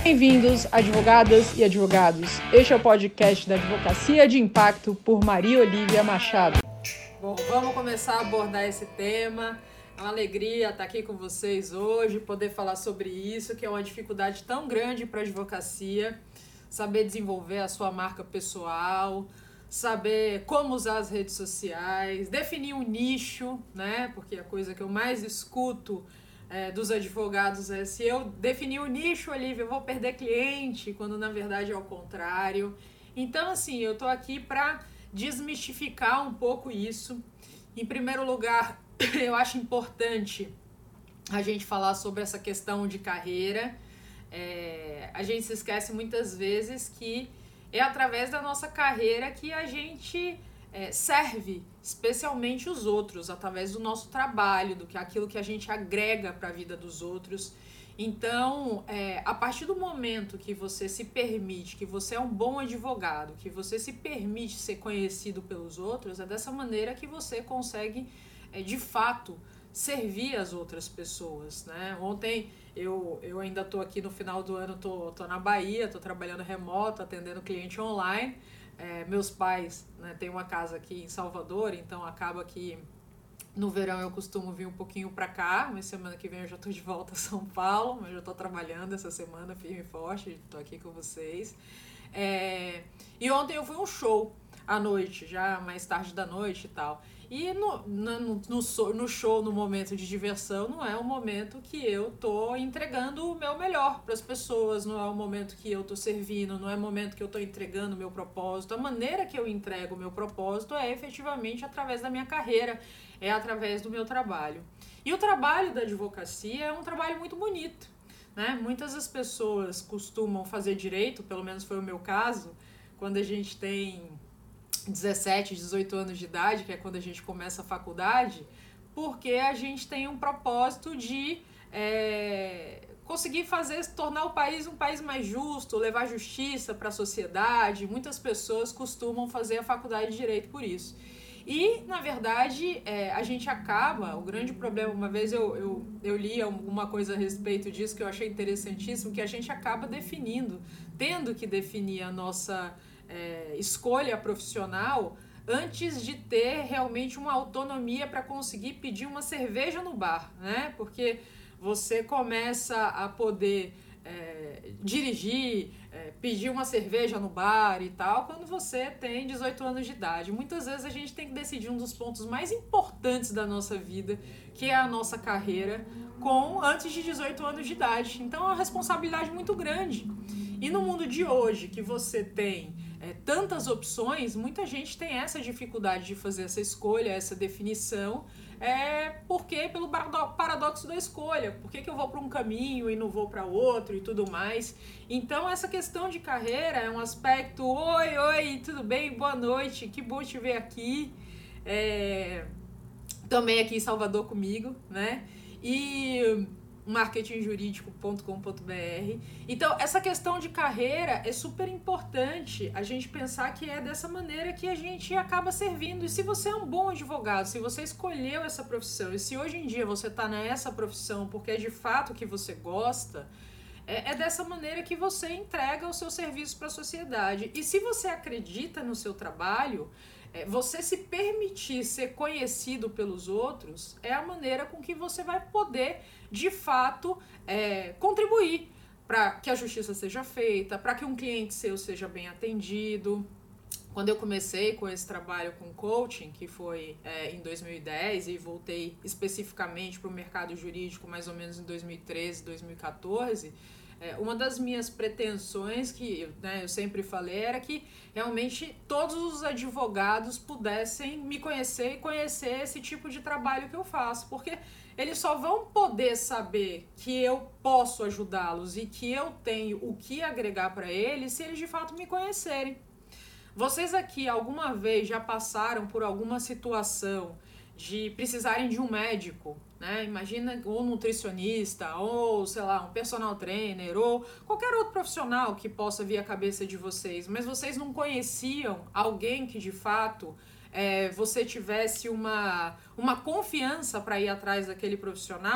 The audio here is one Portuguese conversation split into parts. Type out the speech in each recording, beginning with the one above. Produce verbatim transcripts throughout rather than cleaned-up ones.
Bem-vindos, advogadas e advogados. Este é o podcast da Advocacia de Impacto por Maria Olívia Machado. Bom, vamos começar a abordar esse tema. É uma alegria estar aqui com vocês hoje, poder falar sobre isso, que é uma dificuldade tão grande para a advocacia, saber desenvolver a sua marca pessoal, saber como usar as redes sociais, definir um nicho, né? Porque a coisa que eu mais escuto é, dos advogados é: se eu definir o nicho, Olívia, eu vou perder cliente, quando na verdade é o contrário. Então, assim, eu tô aqui para desmistificar um pouco isso. Em primeiro lugar, eu acho importante a gente falar sobre essa questão de carreira. É, a gente se esquece muitas vezes que é através da nossa carreira que a gente é, serve especialmente os outros, através do nosso trabalho, do que aquilo que a gente agrega para a vida dos outros. Então, é, a partir do momento que você se permite, que você é um bom advogado, que você se permite ser conhecido pelos outros, é dessa maneira que você consegue, é, de fato, servir as outras pessoas, né? Ontem eu, eu ainda estou aqui no final do ano, tô, tô na Bahia, estou trabalhando remoto, atendendo cliente online. É, meus pais, né, têm uma casa aqui em Salvador, então acaba que no verão eu costumo vir um pouquinho pra cá, mas semana que vem eu já tô de volta a São Paulo, mas já tô trabalhando essa semana firme e forte, tô aqui com vocês. É, e ontem eu fui um show à noite, já mais tarde da noite e tal. E no, no, no, no show, no momento de diversão, não é o momento que eu tô entregando o meu melhor para as pessoas, não é o momento que eu tô servindo, não é o momento que eu tô entregando o meu propósito. A maneira que eu entrego o meu propósito é efetivamente através da minha carreira, é através do meu trabalho. E o trabalho da advocacia é um trabalho muito bonito, né? Muitas das pessoas costumam fazer direito, pelo menos foi o meu caso, quando a gente tem dezessete, dezoito anos de idade, que é quando a gente começa a faculdade, porque a gente tem um propósito de é, conseguir fazer, tornar o país um país mais justo, levar justiça para a sociedade. Muitas pessoas costumam fazer a faculdade de Direito por isso. E, na verdade, é, a gente acaba, o grande problema, uma vez eu, eu, eu li alguma coisa a respeito disso que eu achei interessantíssimo, que a gente acaba definindo, tendo que definir a nossa é, escolha profissional antes de ter realmente uma autonomia para conseguir pedir uma cerveja no bar, né? Porque você começa a poder é, dirigir, é, pedir uma cerveja no bar e tal, quando você tem dezoito anos de idade. Muitas vezes a gente tem que decidir um dos pontos mais importantes da nossa vida, que é a nossa carreira, com antes de dezoito anos de idade. Então é uma responsabilidade muito grande. E no mundo de hoje, que você tem é, tantas opções, muita gente tem essa dificuldade de fazer essa escolha, essa definição, é porque pelo paradoxo da escolha, por que que eu vou para um caminho e não vou para outro e tudo mais. Então essa questão de carreira é um aspecto: oi, oi, tudo bem? Boa noite, que bom te ver aqui, é, também aqui em Salvador comigo, né? E marketing jurídico ponto com ponto b r. Então, essa questão de carreira é super importante a gente pensar que é dessa maneira que a gente acaba servindo. E se você é um bom advogado, se você escolheu essa profissão, e se hoje em dia você está nessa profissão porque é de fato que você gosta, é, é dessa maneira que você entrega o seu serviço para a sociedade. E se você acredita no seu trabalho, você se permitir ser conhecido pelos outros é a maneira com que você vai poder, de fato, é, contribuir para que a justiça seja feita, para que um cliente seu seja bem atendido. Quando eu comecei com esse trabalho com coaching, que foi é, em dois mil e dez, e voltei especificamente para o mercado jurídico mais ou menos em dois mil e treze, dois mil e quatorze, É, uma das minhas pretensões, que né, eu sempre falei, era que realmente todos os advogados pudessem me conhecer e conhecer esse tipo de trabalho que eu faço, porque eles só vão poder saber que eu posso ajudá-los e que eu tenho o que agregar para eles se eles de fato me conhecerem. Vocês aqui alguma vez já passaram por alguma situação de precisarem de um médico, né? Imagina, ou nutricionista, ou sei lá, um personal trainer, ou qualquer outro profissional que possa vir à cabeça de vocês, mas vocês não conheciam alguém que de fato é, você tivesse uma, uma confiança para ir atrás daquele profissional?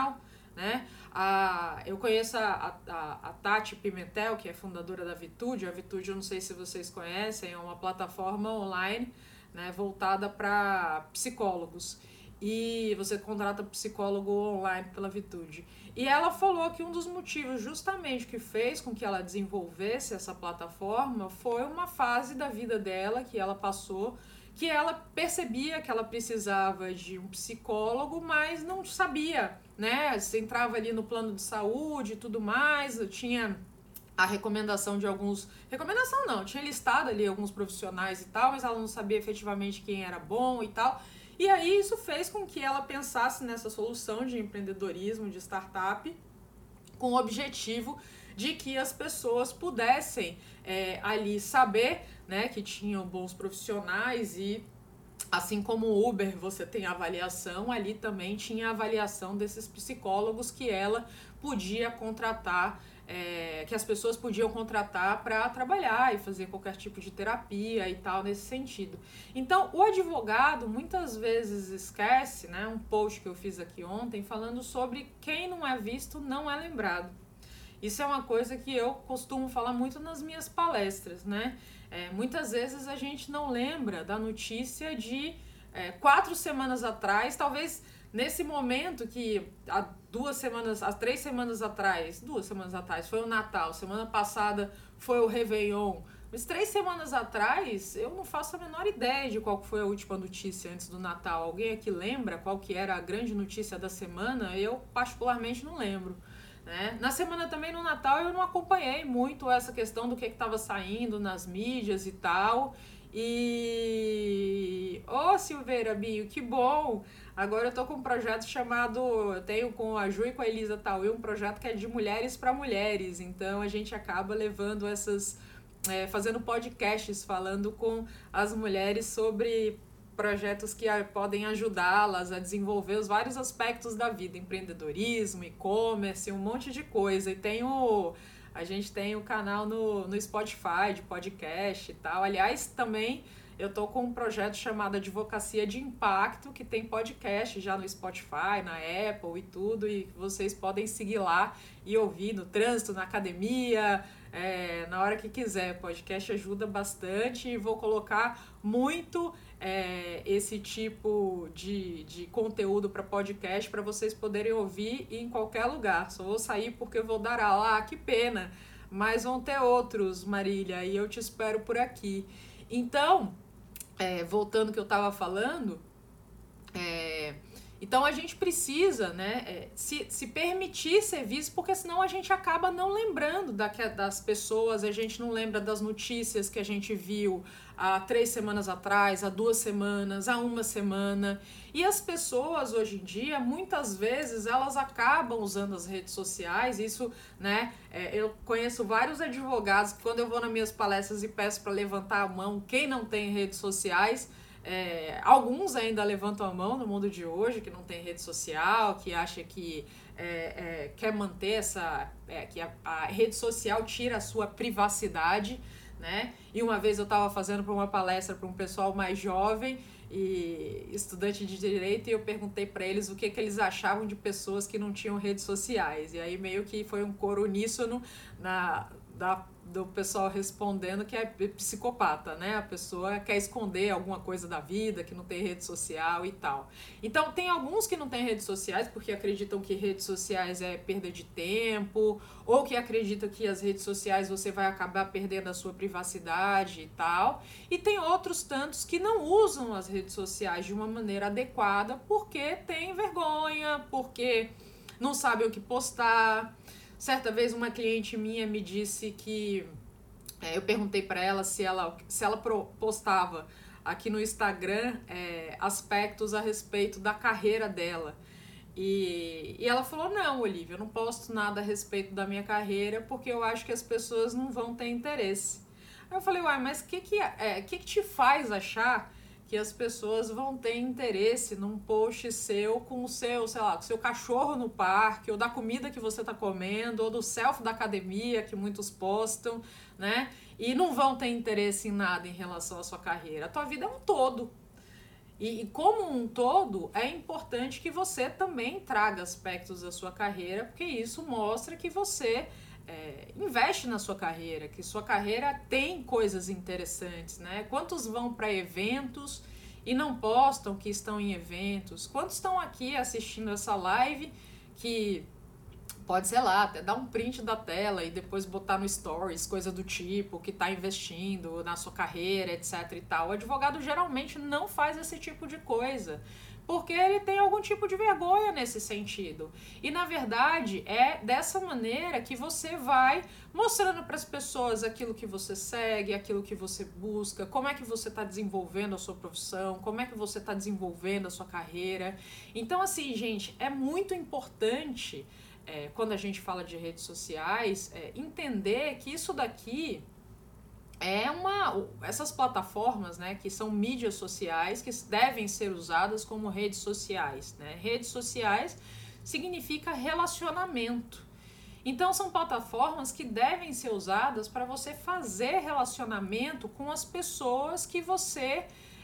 né? A, eu conheço a, a, a Tati Pimentel, que é fundadora da Vitude. A Vitude, eu não sei se vocês conhecem, é uma plataforma online, né, voltada para psicólogos. E você contrata psicólogo online pela Vitude. E ela falou que um dos motivos justamente que fez com que ela desenvolvesse essa plataforma foi uma fase da vida dela que ela passou, que ela percebia que ela precisava de um psicólogo, mas não sabia, né? Você entrava ali no plano de saúde e tudo mais, eu tinha a recomendação de alguns... Recomendação não, tinha listado ali alguns profissionais e tal, mas ela não sabia efetivamente quem era bom e tal. E aí isso fez com que ela pensasse nessa solução de empreendedorismo, de startup, com o objetivo de que as pessoas pudessem é, ali saber, né, que tinham bons profissionais e assim como o Uber você tem avaliação, ali também tinha avaliação desses psicólogos que ela podia contratar, é, que as pessoas podiam contratar para trabalhar e fazer qualquer tipo de terapia e tal nesse sentido. Então, o advogado muitas vezes esquece, né, um post que eu fiz aqui ontem falando sobre quem não é visto não é lembrado. Isso é uma coisa que eu costumo falar muito nas minhas palestras, né? É, muitas vezes a gente não lembra da notícia de é, quatro semanas atrás, talvez nesse momento que há duas semanas, há três semanas atrás, duas semanas atrás foi o Natal, semana passada foi o Réveillon, mas três semanas atrás eu não faço a menor ideia de qual foi a última notícia antes do Natal. Alguém aqui lembra qual que era a grande notícia da semana? Eu particularmente não lembro. Né? Na semana também, no Natal, eu não acompanhei muito essa questão do que estava saindo nas mídias e tal. E... Ô, oh, Silveira Binho, que bom! Agora eu tô com um projeto chamado... Eu tenho com a Ju e com a Elisa Tauí um projeto que é de mulheres para mulheres. Então, a gente acaba levando essas... É, fazendo podcasts, falando com as mulheres sobre... projetos que podem ajudá-las a desenvolver os vários aspectos da vida, empreendedorismo, e-commerce, um monte de coisa. E tem o, a gente tem o canal no, no Spotify de podcast e tal. Aliás, também eu tô com um projeto chamado Advocacia de Impacto, que tem podcast já no Spotify, na Apple e tudo, e vocês podem seguir lá e ouvir no trânsito, na academia, é, na hora que quiser. O podcast ajuda bastante e vou colocar muito é, esse tipo de, de conteúdo para podcast para vocês poderem ouvir em qualquer lugar. Só vou sair porque eu vou dar aula. Ah, que pena, mas vão ter outros, Marília, e eu te espero por aqui. Então, é, voltando ao que eu estava falando, é, então a gente precisa, né, é, se, se permitir ser visto, porque senão a gente acaba não lembrando da, das pessoas, a gente não lembra das notícias que a gente viu há três semanas atrás, há duas semanas, há uma semana. E as pessoas hoje em dia, muitas vezes, elas acabam usando as redes sociais. Isso, né, é, eu conheço vários advogados que quando eu vou nas minhas palestras e peço para levantar a mão quem não tem redes sociais, É, alguns ainda levantam a mão no mundo de hoje, que não tem rede social, que acha que é, é, quer manter essa... É, que a, a rede social tira a sua privacidade, né? E uma vez eu estava fazendo para uma palestra para um pessoal mais jovem e estudante de direito, e eu perguntei para eles o que, que eles achavam de pessoas que não tinham redes sociais. E aí meio que foi um coro uníssono na, da do pessoal respondendo que é psicopata, né? A pessoa quer esconder alguma coisa da vida, que não tem rede social e tal. Então, tem alguns que não têm redes sociais porque acreditam que redes sociais é perda de tempo, ou que acreditam que as redes sociais você vai acabar perdendo a sua privacidade e tal. E tem outros tantos que não usam as redes sociais de uma maneira adequada porque tem vergonha, porque não sabem o que postar. Certa vez uma cliente minha me disse que é, eu perguntei para ela se ela se ela postava aqui no Instagram é, aspectos a respeito da carreira dela. E, e ela falou, não, Olivia, eu não posto nada a respeito da minha carreira porque eu acho que as pessoas não vão ter interesse. Aí eu falei, uai, mas o que que, é, que que te faz achar que as pessoas vão ter interesse num post seu com o seu, sei lá, com o seu cachorro no parque, ou da comida que você tá comendo, ou do selfie da academia que muitos postam, né? E não vão ter interesse em nada em relação à sua carreira. A tua vida é um todo. E, e como um todo, é importante que você também traga aspectos da sua carreira, porque isso mostra que você é, investe na sua carreira, que sua carreira tem coisas interessantes, né? Quantos vão para eventos e não postam que estão em eventos? Quantos estão aqui assistindo essa live que pode, sei lá, até dar um print da tela e depois botar no stories, coisa do tipo, que está investindo na sua carreira, etc e tal. O advogado geralmente não faz esse tipo de coisa, porque ele tem algum tipo de vergonha nesse sentido. E, na verdade, é dessa maneira que você vai mostrando para as pessoas aquilo que você segue, aquilo que você busca, como é que você está desenvolvendo a sua profissão, como é que você está desenvolvendo a sua carreira. Então, assim, gente, é muito importante... É, quando a gente fala de redes sociais, é, entender que isso daqui é uma... Essas plataformas, né, que são mídias sociais, que devem ser usadas como redes sociais, né? Redes sociais significa relacionamento. Então, são plataformas que devem ser usadas para você fazer relacionamento com as pessoas que você...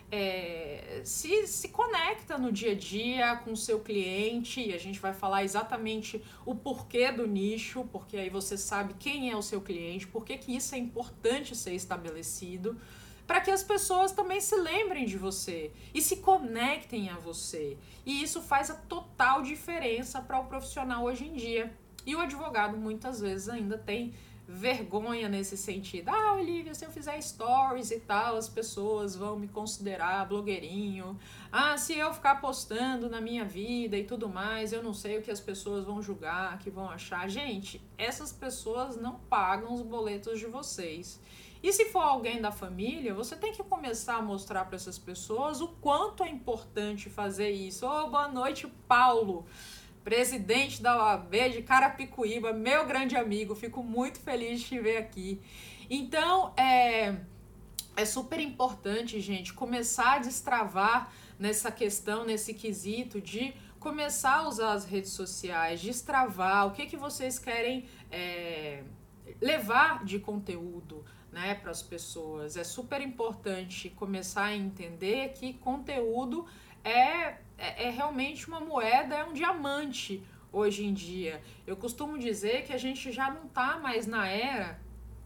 É, se, se conecta no dia a dia com o seu cliente, e a gente vai falar exatamente o porquê do nicho, porque aí você sabe quem é o seu cliente, por que isso é importante ser estabelecido, para que as pessoas também se lembrem de você e se conectem a você. E isso faz a total diferença para o profissional hoje em dia. E o advogado muitas vezes ainda tem vergonha nesse sentido. Ah, Olivia, se eu fizer stories e tal, as pessoas vão me considerar blogueirinho. Ah, se eu ficar postando na minha vida e tudo mais, eu não sei o que as pessoas vão julgar, que vão achar. Gente, essas pessoas não pagam os boletos de vocês. E se for alguém da família, você tem que começar a mostrar para essas pessoas o quanto é importante fazer isso. Oh, boa noite, Paulo, presidente da O A B de Carapicuíba, meu grande amigo, fico muito feliz de te ver aqui. Então, é, é super importante, gente, começar a destravar nessa questão, nesse quesito de começar a usar as redes sociais, destravar o que, que vocês querem é, levar de conteúdo, né, para as pessoas. É super importante começar a entender que conteúdo é... É, é realmente uma moeda, é um diamante hoje em dia. Eu costumo dizer que a gente já não está mais na era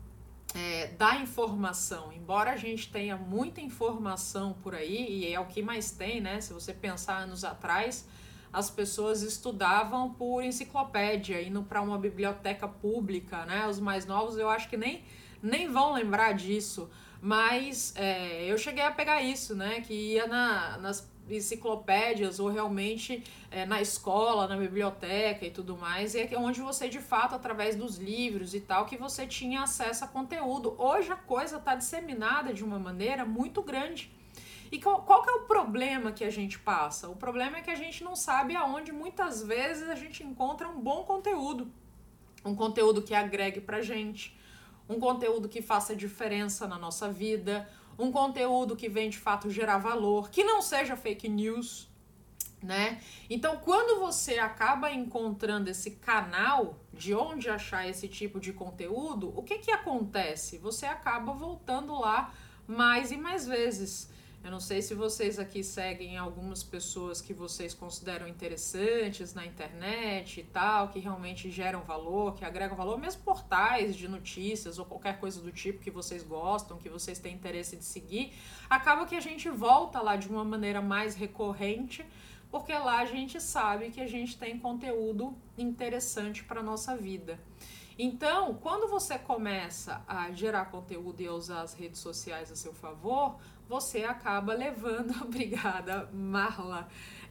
é, da informação, embora a gente tenha muita informação por aí, e é o que mais tem, né? Se você pensar anos atrás, as pessoas estudavam por enciclopédia, indo para uma biblioteca pública, né? Os mais novos eu acho que nem, nem vão lembrar disso, mas é, eu cheguei a pegar isso, né? Que ia na, nas enciclopédias ou realmente é, na escola, na biblioteca e tudo mais, e é onde você de fato, através dos livros e tal, que você tinha acesso a conteúdo. Hoje a coisa está disseminada de uma maneira muito grande. E qual, qual que é o problema que a gente passa? O problema é que a gente não sabe aonde muitas vezes a gente encontra um bom conteúdo, um conteúdo que agregue pra gente, um conteúdo que faça diferença na nossa vida, um conteúdo que vem de fato gerar valor, que não seja fake news, né? Então, quando você acaba encontrando esse canal de onde achar esse tipo de conteúdo, o que que acontece? Você acaba voltando lá mais e mais vezes. Eu não sei se vocês aqui seguem algumas pessoas que vocês consideram interessantes na internet e tal, que realmente geram valor, que agregam valor, mesmo portais de notícias ou qualquer coisa do tipo que vocês gostam, que vocês têm interesse de seguir. Acaba que a gente volta lá de uma maneira mais recorrente, porque lá a gente sabe que a gente tem conteúdo interessante para a nossa vida. Então, quando você começa a gerar conteúdo e a usar as redes sociais a seu favor, você acaba levando, obrigada Marla,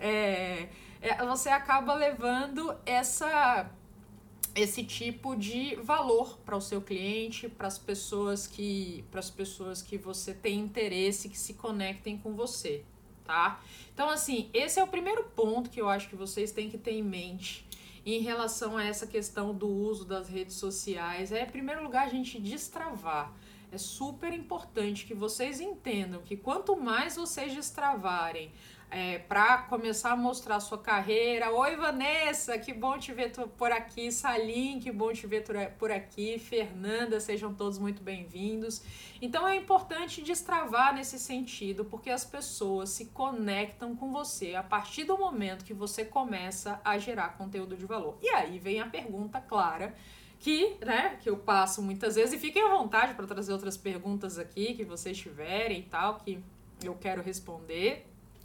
é, é, você acaba levando essa, esse tipo de valor para o seu cliente, para as pessoas que, para as pessoas que você tem interesse, que se conectem com você, tá? Então, assim, esse é o primeiro ponto que eu acho que vocês têm que ter em mente em relação a essa questão do uso das redes sociais. É, em primeiro lugar, a gente destravar. é super importante que vocês entendam que quanto mais vocês destravarem é, para começar a mostrar a sua carreira. Oi, Vanessa, que bom te ver por aqui. Salim, que bom te ver por aqui. Fernanda, sejam todos muito bem-vindos. Então é importante destravar nesse sentido, porque as pessoas se conectam com você a partir do momento que você começa a gerar conteúdo de valor. E aí vem a pergunta clara, que, né, que eu passo muitas vezes, e fiquem à vontade para trazer outras perguntas aqui que vocês tiverem e tal, que eu quero responder.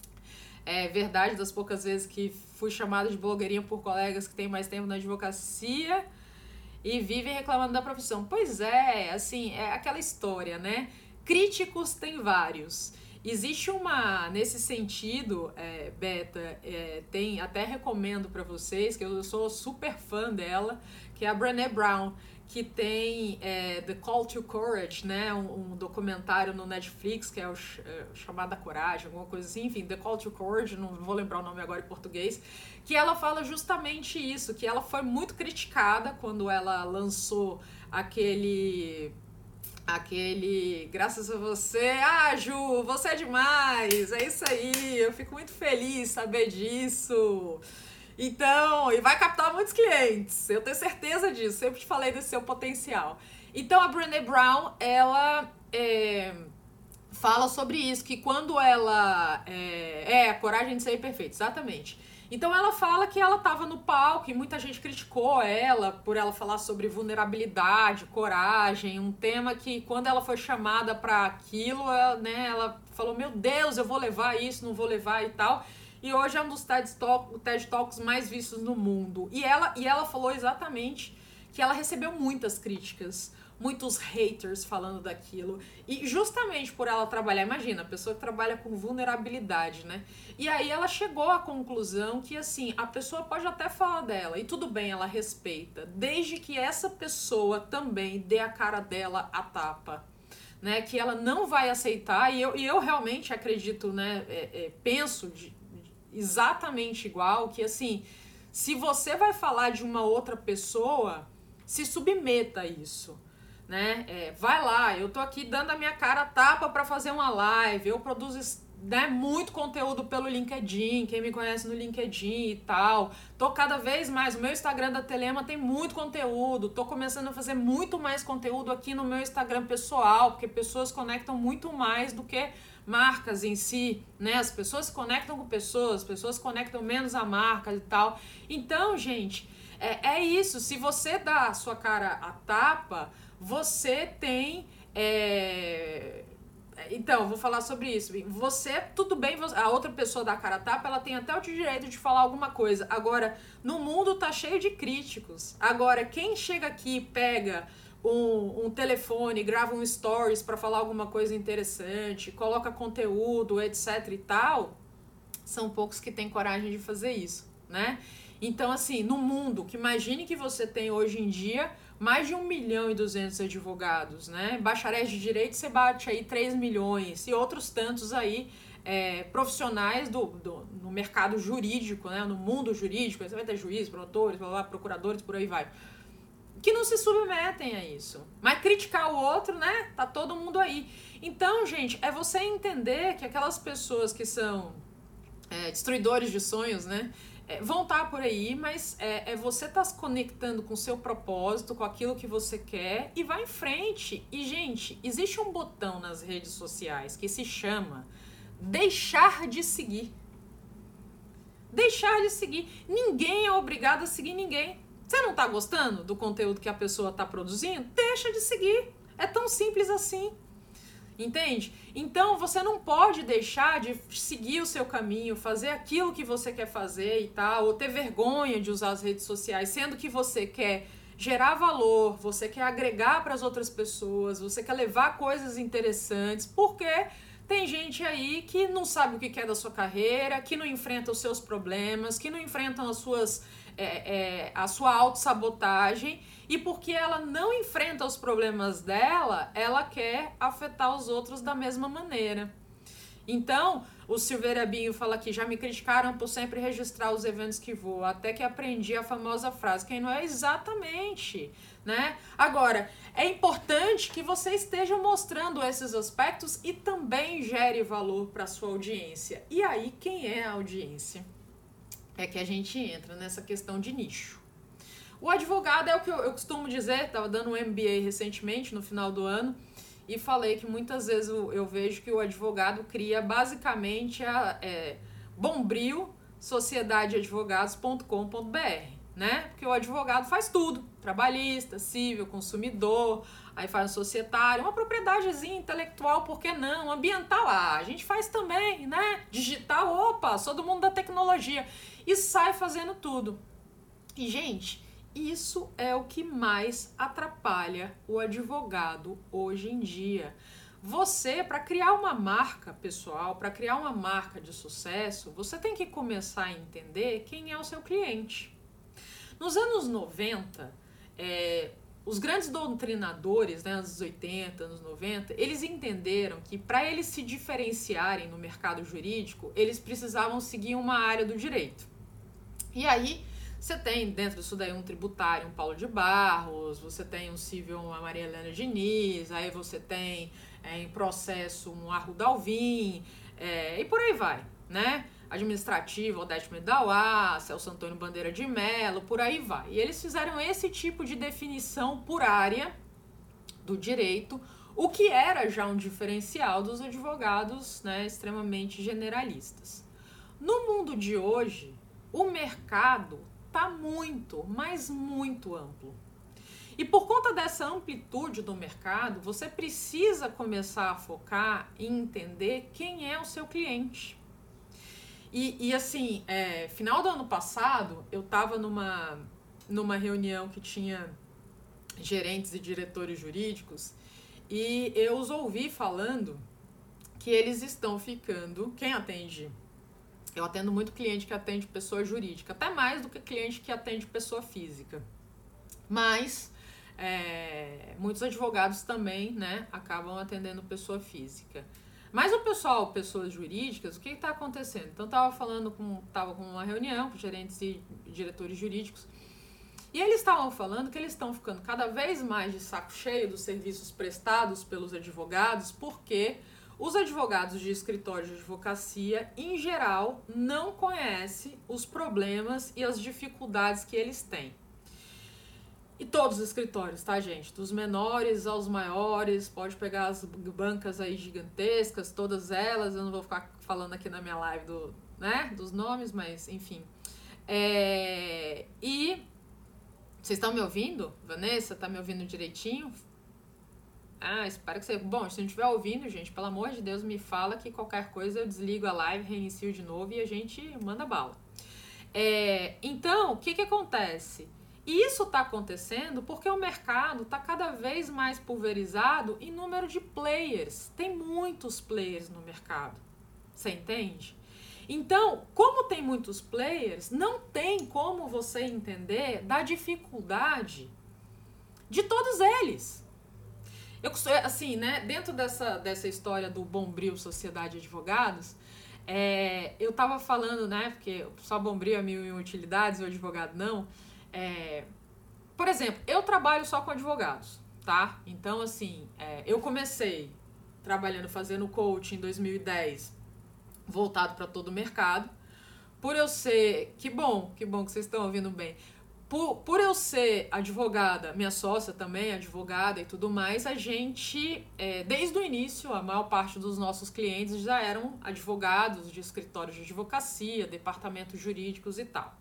É verdade, das poucas vezes que fui chamada de blogueirinha por colegas que têm mais tempo na advocacia e vivem reclamando da profissão. Pois é, assim, é aquela história, né? Críticos tem vários. Existe uma, nesse sentido, é, Beta, é, tem, até recomendo para vocês, que eu sou super fã dela, que é a Brené Brown, que tem é, The Call to Courage, né, um, um documentário no Netflix, que é o é, Chamado à Coragem, alguma coisa assim, enfim, The Call to Courage, não vou lembrar o nome agora em português, que ela fala justamente isso, que ela foi muito criticada quando ela lançou aquele... Aquele, graças a você, ah, Ju, você é demais, é isso aí, eu fico muito feliz saber disso. Então, e vai captar muitos clientes, eu tenho certeza disso, sempre te falei desse seu potencial. Então, a Brené Brown, ela é, fala sobre isso, que quando ela... É, é, a coragem de ser imperfeita, exatamente. Então ela fala que ela estava no palco e muita gente criticou ela por ela falar sobre vulnerabilidade, coragem, um tema que quando ela foi chamada para aquilo, ela, né, ela falou, meu Deus, eu vou levar isso, não vou levar e tal. E hoje é um dos TED, Talk, TED Talks mais vistos no mundo. E ela, e ela falou exatamente que ela recebeu muitas críticas, muitos haters falando daquilo, e justamente por ela trabalhar, imagina, a pessoa que trabalha com vulnerabilidade, né, e aí ela chegou à conclusão que, assim, a pessoa pode até falar dela, e tudo bem, ela respeita, desde que essa pessoa também dê a cara dela a tapa, né, que ela não vai aceitar, e eu, e eu realmente acredito, né, é, é, penso de, de, exatamente igual, que, assim, se você vai falar de uma outra pessoa, se submeta a isso. Né? É, vai lá, eu tô aqui dando a minha cara a tapa para fazer uma live, eu produzo, né, muito conteúdo pelo LinkedIn, quem me conhece no LinkedIn e tal, tô cada vez mais, o meu Instagram da Telema tem muito conteúdo, tô começando a fazer muito mais conteúdo aqui no meu Instagram pessoal, porque pessoas conectam muito mais do que marcas em si, né, as pessoas se conectam com pessoas, as pessoas se conectam menos a marcas e tal, então, gente, é, é isso, se você dá a sua cara a tapa, você tem... É... Então, vou falar sobre isso. Você, tudo bem, a outra pessoa da cara a tapa, ela tem até o direito de falar alguma coisa. Agora, no mundo tá cheio de críticos. Agora, quem chega aqui e pega um, um telefone, grava um stories para falar alguma coisa interessante, coloca conteúdo, etc e tal, são poucos que têm coragem de fazer isso, né? Então, assim, no mundo, que imagine que você tem hoje em dia mais de um milhão e duzentos advogados, né? Bacharéis de direito, você bate aí três milhões e outros tantos aí é, profissionais do, do, no mercado jurídico, né? No mundo jurídico, você vai ter juízes, promotores, blá, blá, procuradores, por aí vai, que não se submetem a isso. Mas criticar o outro, né? Tá todo mundo aí. Então, gente, é você entender que aquelas pessoas que são é, destruidores de sonhos, né? É, vão estar por aí, mas é, é você estar tá se conectando com o seu propósito, com aquilo que você quer e vai em frente. E, gente, existe um botão nas redes sociais que se chama deixar de seguir. Deixar de seguir. Ninguém é obrigado a seguir ninguém. Você não tá gostando do conteúdo que a pessoa tá produzindo? Deixa de seguir. É tão simples assim. Entende? Então você não pode deixar de seguir o seu caminho, fazer aquilo que você quer fazer e tal, ou ter vergonha de usar as redes sociais, sendo que você quer gerar valor, você quer agregar para as outras pessoas, você quer levar coisas interessantes, porque tem gente aí que não sabe o que quer da sua carreira, que não enfrenta os seus problemas, que não enfrentam as suas, é, é, a sua autossabotagem, e porque ela não enfrenta os problemas dela, ela quer afetar os outros da mesma maneira. Então, O Silveira Binho fala aqui, já me criticaram por sempre registrar os eventos que vou, até que aprendi a famosa frase, quem não é exatamente, né? Agora, é importante que você esteja mostrando esses aspectos e também gere valor para sua audiência. E aí, quem é a audiência? É que a gente entra nessa questão de nicho. O advogado é o que eu, eu costumo dizer, estava dando um M B A recentemente, no final do ano, e falei que muitas vezes eu, eu vejo que o advogado cria basicamente a é, Bombril sociedade advogados ponto com ponto b r, né? Porque o advogado faz tudo, trabalhista, civil, consumidor, aí faz um societário, uma propriedadezinha intelectual, por que não? Ambiental, ah, a gente faz também, né? Digital, opa, sou do mundo da tecnologia, e sai fazendo tudo. E, gente, isso é o que mais atrapalha o advogado hoje em dia. Você, para criar uma marca pessoal, para criar uma marca de sucesso, você tem que começar a entender quem é o seu cliente. Nos anos noventa, é, os grandes doutrinadores, né, anos oitenta, anos noventa, eles entenderam que para eles se diferenciarem no mercado jurídico, eles precisavam seguir uma área do direito. E aí, você tem dentro disso daí um tributário, um Paulo de Barros, você tem um civil, uma Maria Helena Diniz, aí você tem é, em processo um Arruda Alvim, é, e por aí vai, né? Administrativo, Odete Medauá, Celso Antônio Bandeira de Mello, por aí vai. E eles fizeram esse tipo de definição por área do direito, o que era já um diferencial dos advogados, né, extremamente generalistas. No mundo de hoje, o mercado está muito, mas muito amplo. E por conta dessa amplitude do mercado, você precisa começar a focar em entender quem é o seu cliente. E, e assim, é, final do ano passado, eu estava numa, numa reunião que tinha gerentes e diretores jurídicos e eu os ouvi falando que eles estão ficando, quem atende? Eu atendo muito cliente que atende pessoa jurídica, até mais do que cliente que atende pessoa física. Mas é, muitos advogados também, né, acabam atendendo pessoa física. Mas o pessoal, pessoas jurídicas, o que está acontecendo? Então, estava falando com, estava com uma reunião com gerentes e diretores jurídicos, e eles estavam falando que eles estão ficando cada vez mais de saco cheio dos serviços prestados pelos advogados, porque os advogados de escritório de advocacia, em geral, não conhecem os problemas e as dificuldades que eles têm. E todos os escritórios, tá, gente? Dos menores aos maiores, pode pegar as bancas aí gigantescas, todas elas, eu não vou ficar falando aqui na minha live do, né, dos nomes, mas enfim. É... E vocês estão me ouvindo? Vanessa, tá me ouvindo direitinho? Ah, espero que você... Bom, se não estiver ouvindo, gente, pelo amor de Deus, me fala que qualquer coisa eu desligo a live, reinicio de novo e a gente manda bala. É... Então, o que que acontece? E isso está acontecendo porque o mercado está cada vez mais pulverizado em número de players. Tem muitos players no mercado. Você entende? Então, como tem muitos players, não tem como você entender da dificuldade de todos eles. Eu, assim, né, dentro dessa, dessa história do Bombril Sociedade Advogados, é, eu tava falando, né, porque só Bombril é mil e utilidades, o advogado não. É, por exemplo, eu trabalho só com advogados, tá? Então, assim, é, eu comecei trabalhando, fazendo coaching em dois mil e dez, voltado para todo o mercado. Por eu ser... Que bom, que bom que vocês estão ouvindo bem. Por, por eu ser advogada, minha sócia também é advogada e tudo mais, a gente, é, desde o início, a maior parte dos nossos clientes já eram advogados de escritórios de advocacia, departamentos jurídicos e tal.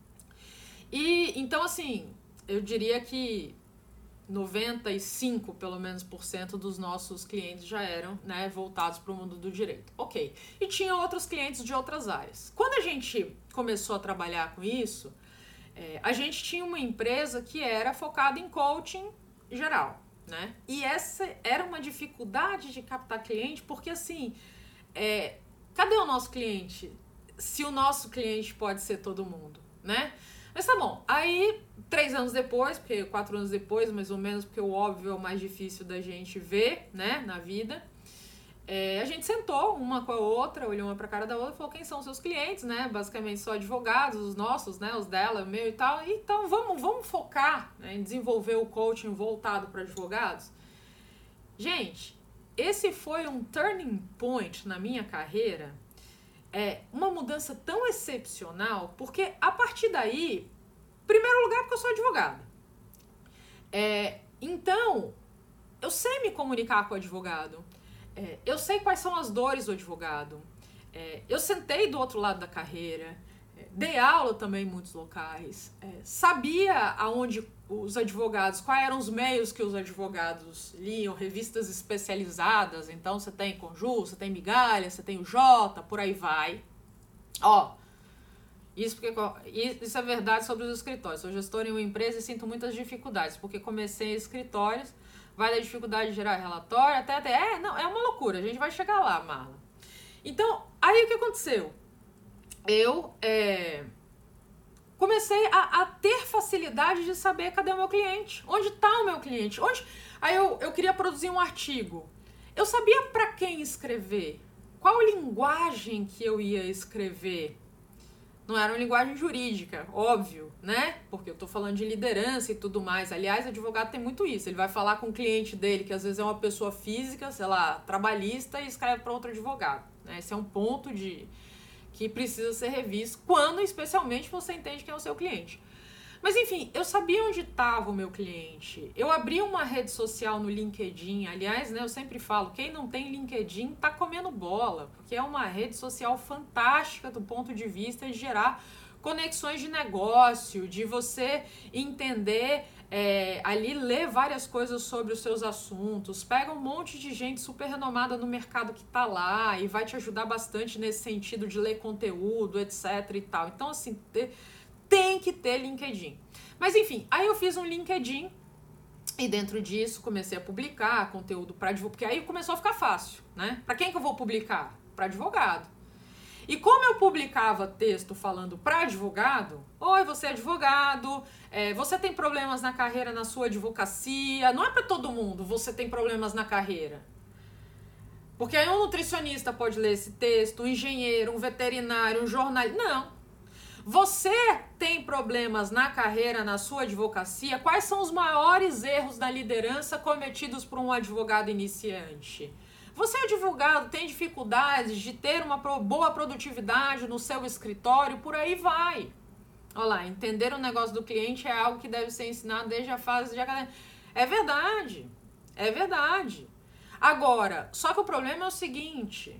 E, então, assim, eu diria que noventa e cinco, pelo menos, por cento dos nossos clientes já eram, né, voltados para o mundo do direito. Ok. E tinha outros clientes de outras áreas. Quando a gente começou a trabalhar com isso, é, a gente tinha uma empresa que era focada em coaching geral, né? E essa era uma dificuldade de captar cliente, porque, assim, é, cadê o nosso cliente? Se o nosso cliente pode ser todo mundo, né? Mas tá bom, aí três anos depois, porque quatro anos depois, mais ou menos, porque o óbvio é o mais difícil da gente ver, né, na vida, É, a gente sentou uma com a outra, olhou uma pra cara da outra e falou quem são os seus clientes, né? Basicamente só advogados, os nossos, né? Os dela, o meu e tal. Então vamos, vamos focar, né, em desenvolver o coaching voltado para advogados. Gente, esse foi um turning point na minha carreira, é uma mudança tão excepcional, porque a partir daí, primeiro lugar, porque eu sou advogada. É, então, eu sei me comunicar com o advogado. É, eu sei quais são as dores do advogado. É, eu sentei do outro lado da carreira, é, dei aula também em muitos locais, é, sabia aonde os advogados, quais eram os meios que os advogados liam, revistas especializadas. Então você tem Conjur, você tem Migalha, você tem o Jota, por aí vai. Ó, isso, porque, isso é verdade sobre os escritórios. Sou gestora em uma empresa e sinto muitas dificuldades, porque comecei em escritórios. Vai da dificuldade de gerar relatório, até, até... É, não, é uma loucura, a gente vai chegar lá, Marla. Então, aí o que aconteceu? Eu é, comecei a, a ter facilidade de saber cadê o meu cliente, onde está o meu cliente, onde... Aí eu, eu queria produzir um artigo. Eu sabia para quem escrever, qual linguagem que eu ia escrever. Não era uma linguagem jurídica, óbvio, né? Porque eu tô falando de liderança e tudo mais. Aliás, o advogado tem muito isso. Ele vai falar com o cliente dele, que às vezes é uma pessoa física, sei lá, trabalhista, e escreve para outro advogado, né? Esse é um ponto de que precisa ser revisto quando, especialmente, você entende quem é o seu cliente. Mas, enfim, eu sabia onde estava o meu cliente. Eu abri uma rede social no LinkedIn. Aliás, né, eu sempre falo, quem não tem LinkedIn tá comendo bola, porque é uma rede social fantástica do ponto de vista de gerar conexões de negócio, de você entender, é, ali ler várias coisas sobre os seus assuntos, pega um monte de gente super renomada no mercado que tá lá e vai te ajudar bastante nesse sentido de ler conteúdo, etc e tal. Então, assim, ter... tem que ter LinkedIn. Mas enfim, aí eu fiz um LinkedIn e dentro disso comecei a publicar conteúdo para advogado, porque aí começou a ficar fácil, né? Para quem que eu vou publicar? Para advogado. E como eu publicava texto falando para advogado, oi, você é advogado, é, você tem problemas na carreira na sua advocacia, não é para todo mundo, você tem problemas na carreira. Porque aí um nutricionista pode ler esse texto, um engenheiro, um veterinário, um jornalista, não. Você tem problemas na carreira, na sua advocacia? Quais são os maiores erros da liderança cometidos por um advogado iniciante? Você, advogado, tem dificuldades de ter uma boa produtividade no seu escritório? Por aí vai. Olha lá, entender o negócio do cliente é algo que deve ser ensinado desde a fase de academia. É verdade, é verdade. Agora, só que o problema é o seguinte...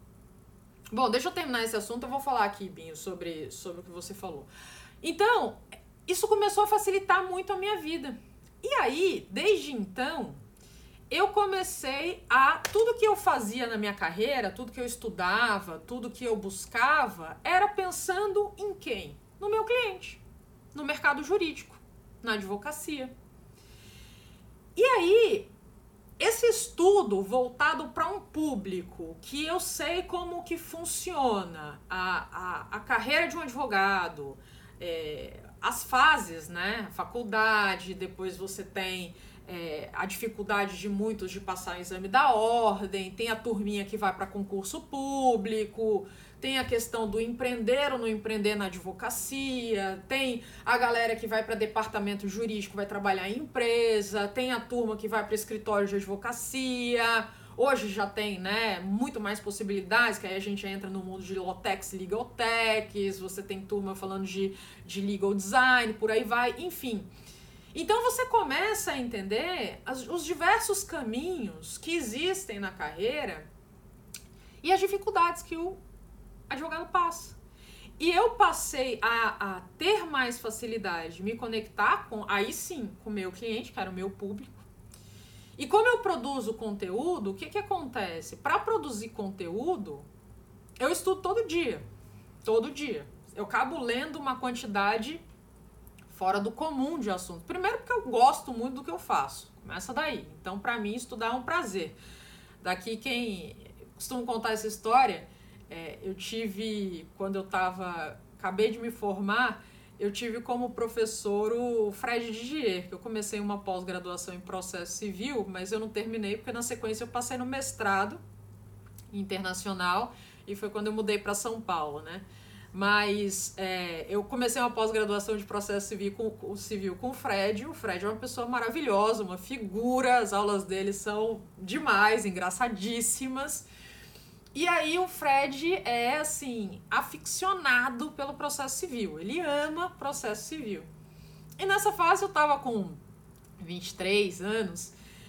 Bom, deixa eu terminar esse assunto, eu vou falar aqui, Binho, sobre, sobre o que você falou. Então, isso começou a facilitar muito a minha vida. E aí, desde então, eu comecei a... Tudo que eu fazia na minha carreira, tudo que eu estudava, tudo que eu buscava, era pensando em quem? No meu cliente, no mercado jurídico, na advocacia. E aí... Esse estudo voltado para um público que eu sei como que funciona a, a, a carreira de um advogado, é, as fases, né? Faculdade, depois você tem é, a dificuldade de muitos de passar o exame da ordem, tem a turminha que vai para concurso público, tem a questão do empreender ou não empreender na advocacia, tem a galera que vai para departamento jurídico, vai trabalhar em empresa, tem a turma que vai para escritório de advocacia. Hoje já tem, né, muito mais possibilidades, que aí a gente entra no mundo de Lotex, Legal Techs, você tem turma falando de, de Legal Design, por aí vai, enfim. Então você começa a entender as, os diversos caminhos que existem na carreira e as dificuldades que o advogado passa. E eu passei a, a ter mais facilidade de me conectar com, aí sim, com o meu cliente, que era o meu público. E como eu produzo conteúdo, o que que acontece? Para produzir conteúdo, eu estudo todo dia. Todo dia. Eu acabo lendo uma quantidade fora do comum de assuntos. Primeiro porque eu gosto muito do que eu faço. Começa daí. Então, para mim, estudar é um prazer. Daqui, quem costuma contar essa história... É, eu tive, quando eu estava, acabei de me formar, eu tive como professor o Fred Didier, que eu comecei uma pós-graduação em processo civil, mas eu não terminei porque na sequência eu passei no mestrado internacional, e foi quando eu mudei para São Paulo, né? Mas é, eu comecei uma pós-graduação de processo civil com, civil com o Fred. O Fred é uma pessoa maravilhosa, uma figura, as aulas dele são demais, engraçadíssimas. E aí o Fred é, assim, aficionado pelo processo civil, ele ama processo civil. E nessa fase eu tava com vinte e três anos,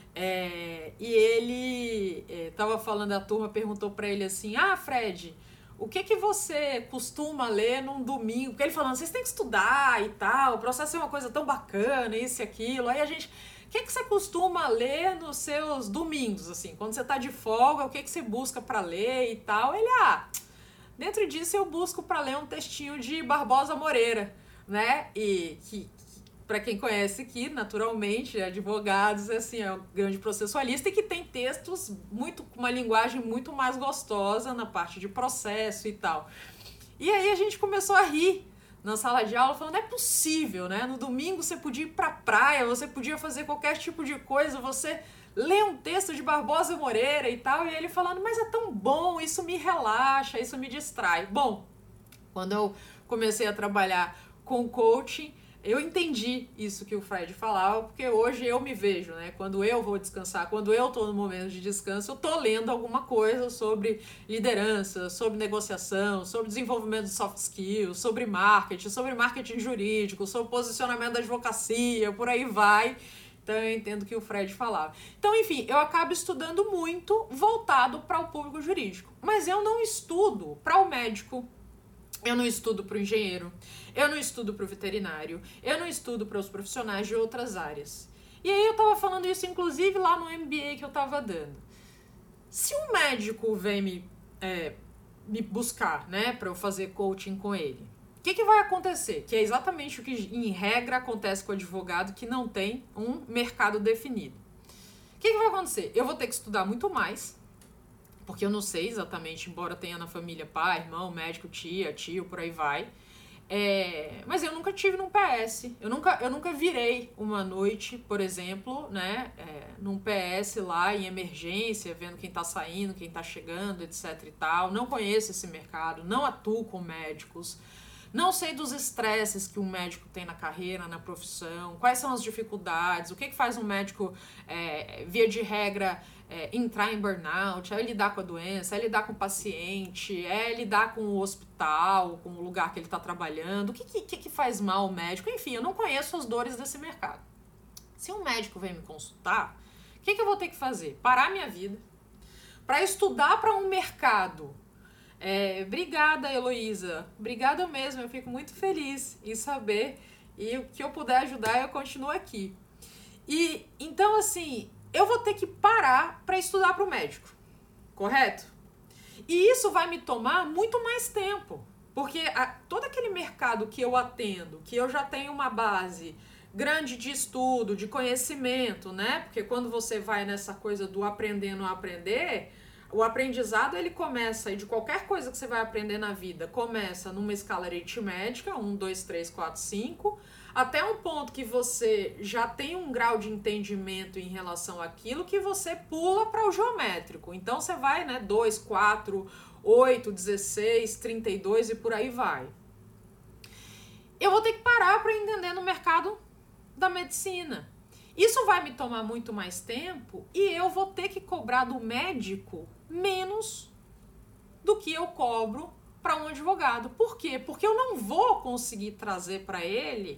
é, e ele é, tava falando, a turma perguntou pra ele assim, ah, Fred, o que que você costuma ler num domingo? Porque ele falando, vocês têm que estudar e tal, o processo é uma coisa tão bacana, isso e aquilo. Aí a gente, o que que você costuma ler nos seus domingos, assim? Quando você tá de folga, o que que você busca pra ler e tal? Ele, ah, dentro disso eu busco pra ler um textinho de Barbosa Moreira, né? E que, para quem conhece aqui, naturalmente, advogados, assim, é um grande processualista e que tem textos muito, com uma linguagem muito mais gostosa na parte de processo e tal. E aí a gente começou a rir na sala de aula, falando, não é possível, né? No domingo você podia ir pra praia, você podia fazer qualquer tipo de coisa, você lê um texto de Barbosa Moreira e tal, e ele falando, mas é tão bom, isso me relaxa, isso me distrai. Bom, quando eu comecei a trabalhar com coaching, eu entendi isso que o Fred falava, porque hoje eu me vejo, né? Quando eu vou descansar, quando eu tô no momento de descanso, eu tô lendo alguma coisa sobre liderança, sobre negociação, sobre desenvolvimento de soft skills, sobre marketing, sobre marketing jurídico, sobre posicionamento da advocacia, por aí vai. Então eu entendo o que o Fred falava. Então, enfim, eu acabo estudando muito voltado para o público jurídico. Mas eu não estudo para o médico, eu não estudo para o engenheiro, eu não estudo para o veterinário, eu não estudo para os profissionais de outras áreas. E aí eu estava falando isso, inclusive, lá no M B A que eu estava dando. Se um médico vem me, é, me buscar, né, para eu fazer coaching com ele, o que, que vai acontecer? Que é exatamente o que, em regra, acontece com o advogado que não tem um mercado definido. O que, que vai acontecer? Eu vou ter que estudar muito mais, porque eu não sei exatamente, embora tenha na família pai, irmão, médico, tia, tio, por aí vai. É, mas eu nunca tive num P S. Eu nunca, eu nunca virei uma noite, por exemplo, né, é, num P S lá em emergência, vendo quem tá saindo, quem tá chegando, etc e tal. Não conheço esse mercado, não atuo com médicos. Não sei dos estresses que um médico tem na carreira, na profissão, quais são as dificuldades, o que, que faz um médico, é, via de regra, é, entrar em burnout, é lidar com a doença, é lidar com o paciente, é lidar com o hospital, com o lugar que ele está trabalhando, o que, que, que faz mal o médico, enfim, eu não conheço as dores desse mercado. Se um médico vem me consultar, o que, que eu vou ter que fazer? Parar minha vida para estudar para um mercado. É, obrigada, Heloísa. Obrigada mesmo, eu fico muito feliz em saber, e o que eu puder ajudar, eu continuo aqui. E então, assim, eu vou ter que parar para estudar para o médico, correto? E isso vai me tomar muito mais tempo, porque a, todo aquele mercado que eu atendo, que eu já tenho uma base grande de estudo, de conhecimento, né? Porque quando você vai nessa coisa do aprendendo a aprender, o aprendizado, ele começa, e de qualquer coisa que você vai aprender na vida, começa numa escala aritmética, um, dois, três, quatro, cinco, até um ponto que você já tem um grau de entendimento em relação àquilo que você pula para o geométrico. Então, você vai, né, dois, quatro, oito, dezesseis, trinta e dois e por aí vai. Eu vou ter que parar para entender no mercado da medicina. Isso vai me tomar muito mais tempo e eu vou ter que cobrar do médico menos do que eu cobro para um advogado. Por quê? Porque eu não vou conseguir trazer para ele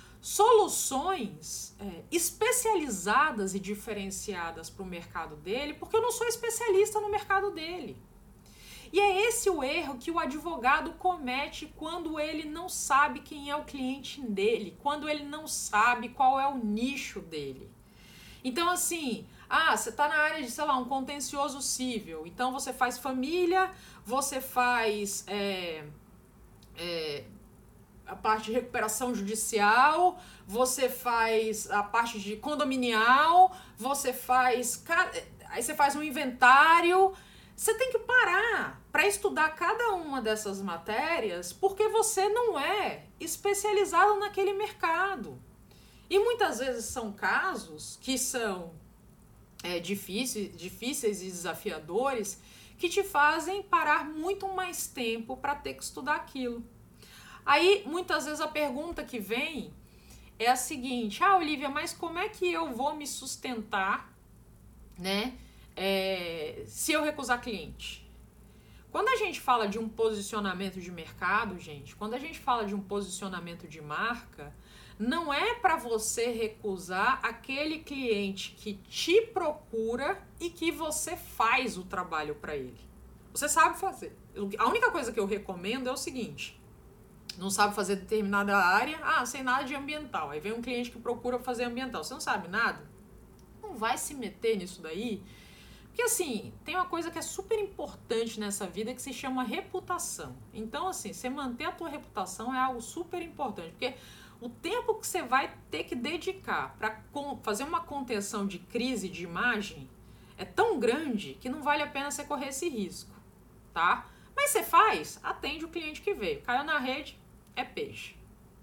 soluções é, especializadas e diferenciadas para o mercado dele, porque eu não sou especialista no mercado dele. E é esse o erro que o advogado comete quando ele não sabe quem é o cliente dele, quando ele não sabe qual é o nicho dele. Então, assim, ah, você está na área de, sei lá, um contencioso civil, então você faz família, você faz é, é, a parte de recuperação judicial, você faz a parte de condominial, você faz, aí você faz um inventário. Você tem que parar para estudar cada uma dessas matérias porque você não é especializado naquele mercado. E muitas vezes são casos que são é, difíceis, difíceis e desafiadores, que te fazem parar muito mais tempo para ter que estudar aquilo. Aí, muitas vezes a pergunta que vem é a seguinte: ah, Olivia, mas como é que eu vou me sustentar, né, é, se eu recusar cliente? Quando a gente fala de um posicionamento de mercado, gente, quando a gente fala de um posicionamento de marca, não é para você recusar aquele cliente que te procura e que você faz o trabalho para ele. Você sabe fazer. A única coisa que eu recomendo é o seguinte: não sabe fazer determinada área, ah, sei nada de ambiental. Aí vem um cliente que procura fazer ambiental. Você não sabe nada? Não vai se meter nisso daí. Porque assim, tem uma coisa que é super importante nessa vida que se chama reputação. Então assim, você manter a tua reputação é algo super importante. Porque o tempo que você vai ter que dedicar para fazer uma contenção de crise de imagem é tão grande que não vale a pena você correr esse risco, tá? Mas você faz, atende o cliente que veio. Caiu na rede, é peixe.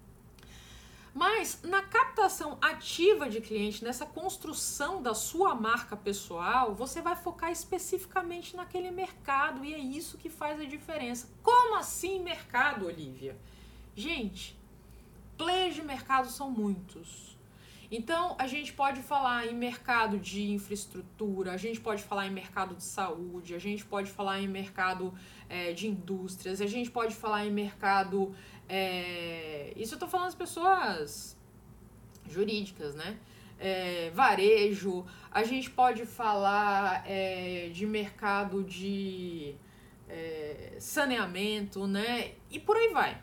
Mas na captação ativa de cliente, nessa construção da sua marca pessoal, você vai focar especificamente naquele mercado e é isso que faz a diferença. Como assim mercado, Olivia? Gente, players de mercado são muitos. Então, a gente pode falar em mercado de infraestrutura, a gente pode falar em mercado de saúde, a gente pode falar em mercado é, de indústrias, a gente pode falar em mercado... É, isso eu tô falando das pessoas jurídicas, né? É, varejo, a gente pode falar é, de mercado de é, saneamento, né? E por aí vai.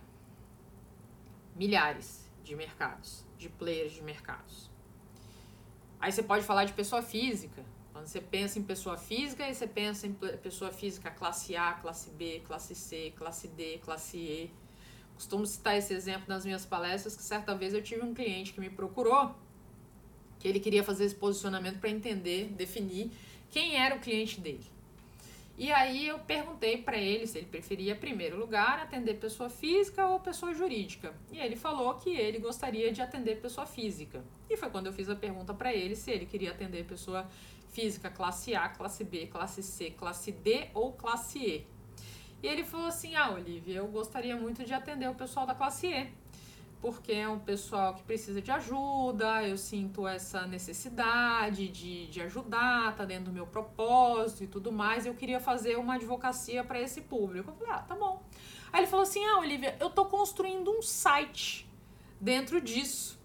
Milhares de mercados, de players de mercados. Aí você pode falar de pessoa física. Quando você pensa em pessoa física, aí você pensa em pessoa física classe A, classe B, classe C, classe D, classe E. Costumo citar esse exemplo nas minhas palestras, que certa vez eu tive um cliente que me procurou, que ele queria fazer esse posicionamento para entender, definir quem era o cliente dele. E aí eu perguntei para ele se ele preferia, em primeiro lugar, atender pessoa física ou pessoa jurídica. E ele falou que ele gostaria de atender pessoa física. E foi quando eu fiz a pergunta para ele se ele queria atender pessoa física classe A, classe B, classe C, classe D ou classe E. E ele falou assim: ah, Olivia, eu gostaria muito de atender o pessoal da classe E, porque é um pessoal que precisa de ajuda, eu sinto essa necessidade de, de ajudar, tá dentro do meu propósito e tudo mais, eu queria fazer uma advocacia para esse público. Eu falei: ah, tá bom. Aí ele falou assim: ah, Olivia, eu tô construindo um site dentro disso.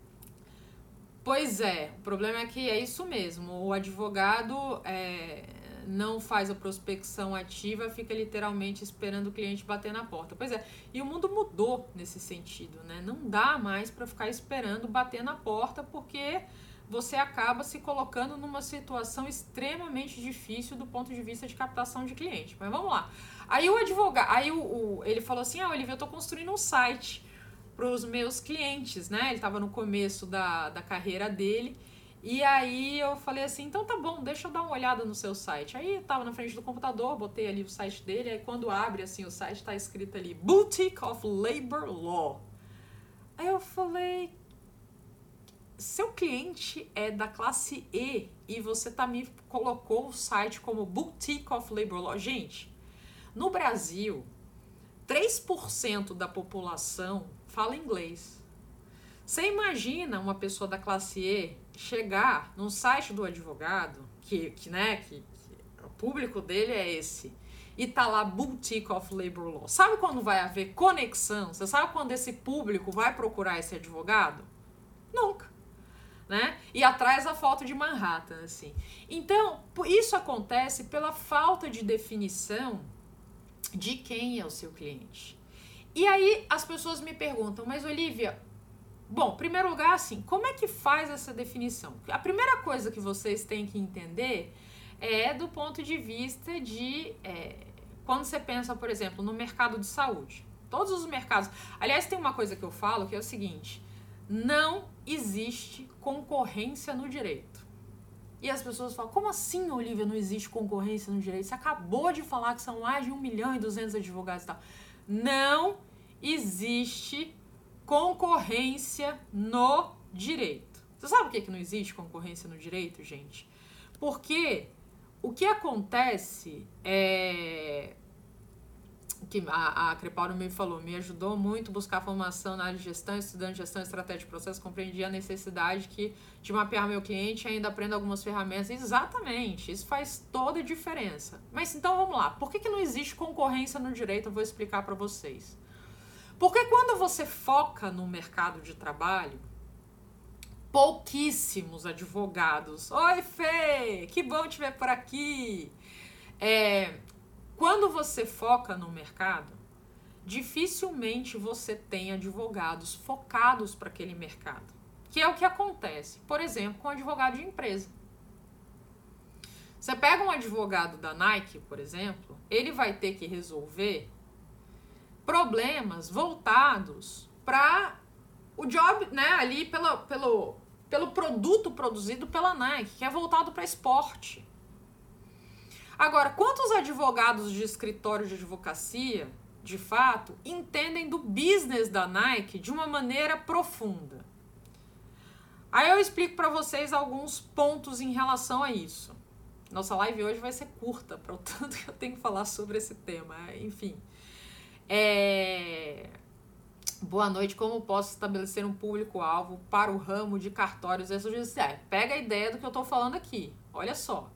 Pois é, o problema é que é isso mesmo, o advogado é, não faz a prospecção ativa, fica literalmente esperando o cliente bater na porta. Pois é, e o mundo mudou nesse sentido, né? Não dá mais para ficar esperando bater na porta, porque você acaba se colocando numa situação extremamente difícil do ponto de vista de captação de cliente. Mas vamos lá. Aí o advogado, aí o, o, ele falou assim: ah, Olivia, eu tô construindo um site para os meus clientes, né? Ele estava no começo da, da carreira dele. E aí eu falei assim: então tá bom, deixa eu dar uma olhada no seu site. Aí eu tava na frente do computador, botei ali o site dele, aí quando abre assim o site tá escrito ali Boutique of Labor Law. Aí eu falei: seu cliente é da classe E e você tá me colocou o site como Boutique of Labor Law. Gente, no Brasil, três por cento da população fala inglês. Você imagina uma pessoa da classe E chegar num site do advogado, que, que, né, que, que o público dele é esse, e tá lá Boutique of Labor Law. Sabe quando vai haver conexão? Você sabe quando esse público vai procurar esse advogado? Nunca. Né? E atrás a foto de Manhattan, assim. Então, isso acontece pela falta de definição de quem é o seu cliente. E aí as pessoas me perguntam: mas Olivia, bom, em primeiro lugar, assim, como é que faz essa definição? A primeira coisa que vocês têm que entender é do ponto de vista de é, quando você pensa, por exemplo, no mercado de saúde. Todos os mercados. Aliás, tem uma coisa que eu falo que é o seguinte: não existe concorrência no direito. E as pessoas falam: como assim, Olivia, não existe concorrência no direito? Você acabou de falar que são mais de um milhão e duzentos advogados e tal. Não existe concorrência no direito. Você sabe por que não existe concorrência no direito, gente? Porque o que acontece é... que a, a Crepaldo me falou, me ajudou muito buscar formação na área de gestão, estudando gestão, estratégia de processo, compreendi a necessidade que, de mapear meu cliente e ainda aprendo algumas ferramentas. Exatamente, isso faz toda a diferença. Mas então vamos lá, por que, que não existe concorrência no direito? Eu vou explicar para vocês. Porque quando você foca no mercado de trabalho, pouquíssimos advogados. Oi, Fê, que bom te ver por aqui. É... Quando você foca no mercado, dificilmente você tem advogados focados para aquele mercado. Que é o que acontece, por exemplo, com advogado de empresa. Você pega um advogado da Nike, por exemplo, ele vai ter que resolver problemas voltados para o job, né, ali pelo, pelo, pelo produto produzido pela Nike, que é voltado para esporte. Agora, quantos advogados de escritório de advocacia, de fato, entendem do business da Nike de uma maneira profunda? Aí eu explico para vocês alguns pontos em relação a isso. Nossa live hoje vai ser curta, para o tanto que eu tenho que falar sobre esse tema. Enfim. É... Boa noite, como posso estabelecer um público-alvo para o ramo de cartórios extrajudiciais? Pega a ideia do que eu estou falando aqui. Olha só.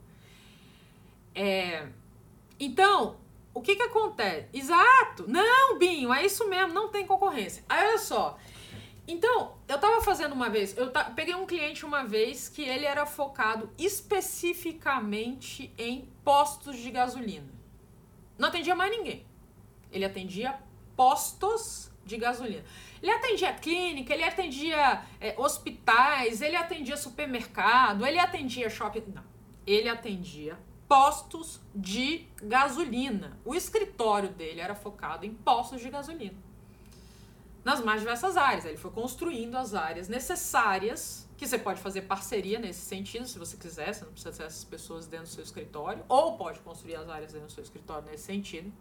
É, então, o que que acontece? Exato! Não, Binho, é isso mesmo, não tem concorrência. Aí, olha só. Então, eu tava fazendo uma vez, eu ta, peguei um cliente uma vez que ele era focado especificamente em postos de gasolina. Não atendia mais ninguém. Ele atendia postos de gasolina. Ele atendia clínica, ele atendia é, hospitais, ele atendia supermercado, ele atendia shopping. Não, ele atendia postos de gasolina. O escritório dele era focado em postos de gasolina. Nas mais diversas áreas. Ele foi construindo as áreas necessárias, que você pode fazer parceria nesse sentido, se você quiser, você não precisa ter essas pessoas dentro do seu escritório, ou pode construir as áreas dentro do seu escritório nesse sentido,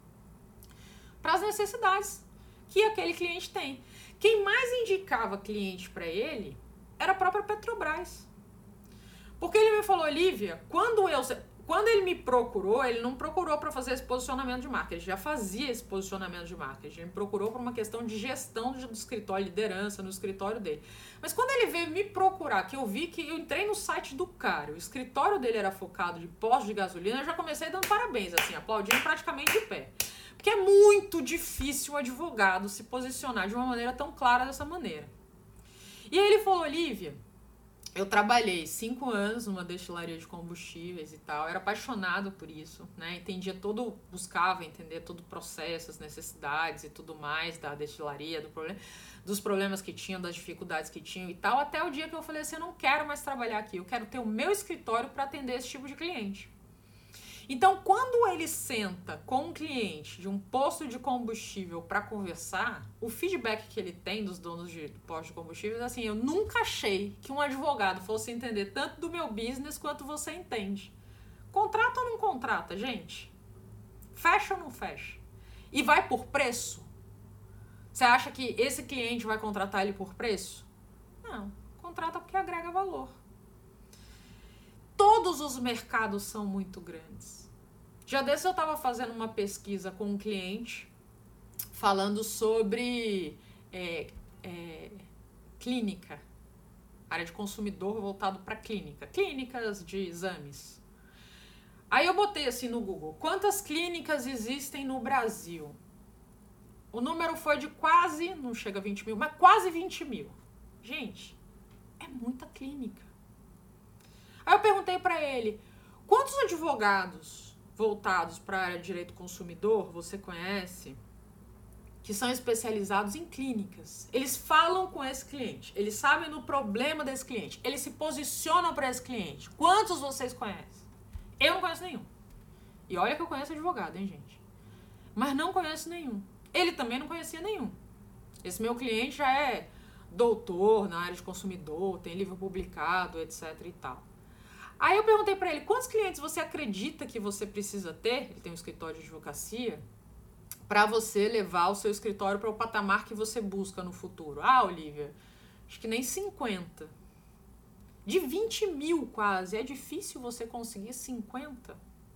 para as necessidades que aquele cliente tem. Quem mais indicava cliente para ele era a própria Petrobras. Porque ele me falou, Olivia, quando eu... Quando ele me procurou, ele não procurou para fazer esse posicionamento de marca, ele já fazia esse posicionamento de marca, ele me procurou por uma questão de gestão do escritório, liderança no escritório dele. Mas quando ele veio me procurar, que eu vi que eu entrei no site do cara, o escritório dele era focado de postos de gasolina, eu já comecei dando parabéns, assim, aplaudindo praticamente de pé. Porque é muito difícil o advogado se posicionar de uma maneira tão clara dessa maneira. E aí ele falou, Olivia, eu trabalhei cinco anos numa destilaria de combustíveis e tal, eu era apaixonado por isso, né? Entendia todo, buscava entender todo o processo, as necessidades e tudo mais da destilaria, do problema, dos problemas que tinham, das dificuldades que tinham e tal, até o dia que eu falei assim, eu não quero mais trabalhar aqui, eu quero ter o meu escritório para atender esse tipo de cliente. Então, quando ele senta com um cliente de um posto de combustível para conversar, o feedback que ele tem dos donos de postos de combustíveis é assim, eu nunca achei que um advogado fosse entender tanto do meu business quanto você entende. Contrata ou não contrata, gente? Fecha ou não fecha? E vai por preço? Você acha que esse cliente vai contratar ele por preço? Não, contrata porque agrega valor. Todos os mercados são muito grandes. Já desse eu estava fazendo uma pesquisa com um cliente falando sobre é, é, clínica, área de consumidor voltado para clínica, clínicas de exames. Aí eu botei assim no Google, quantas clínicas existem no Brasil? O número foi de quase, não chega a vinte mil, mas quase vinte mil. Gente, é muita clínica. Aí eu perguntei para ele, quantos advogados voltados para a área de direito consumidor você conhece que são especializados em clínicas? Eles falam com esse cliente, eles sabem do problema desse cliente, eles se posicionam para esse cliente. Quantos vocês conhecem? Eu não conheço nenhum. E olha que eu conheço advogado, hein, gente? Mas não conheço nenhum. Ele também não conhecia nenhum. Esse meu cliente já é doutor na área de consumidor, tem livro publicado, etc e tal. Aí eu perguntei pra ele, quantos clientes você acredita que você precisa ter? Ele tem um escritório de advocacia, para você levar o seu escritório para o patamar que você busca no futuro. Ah, Olivia, acho que nem cinquenta. De vinte mil quase, é difícil você conseguir cinquenta?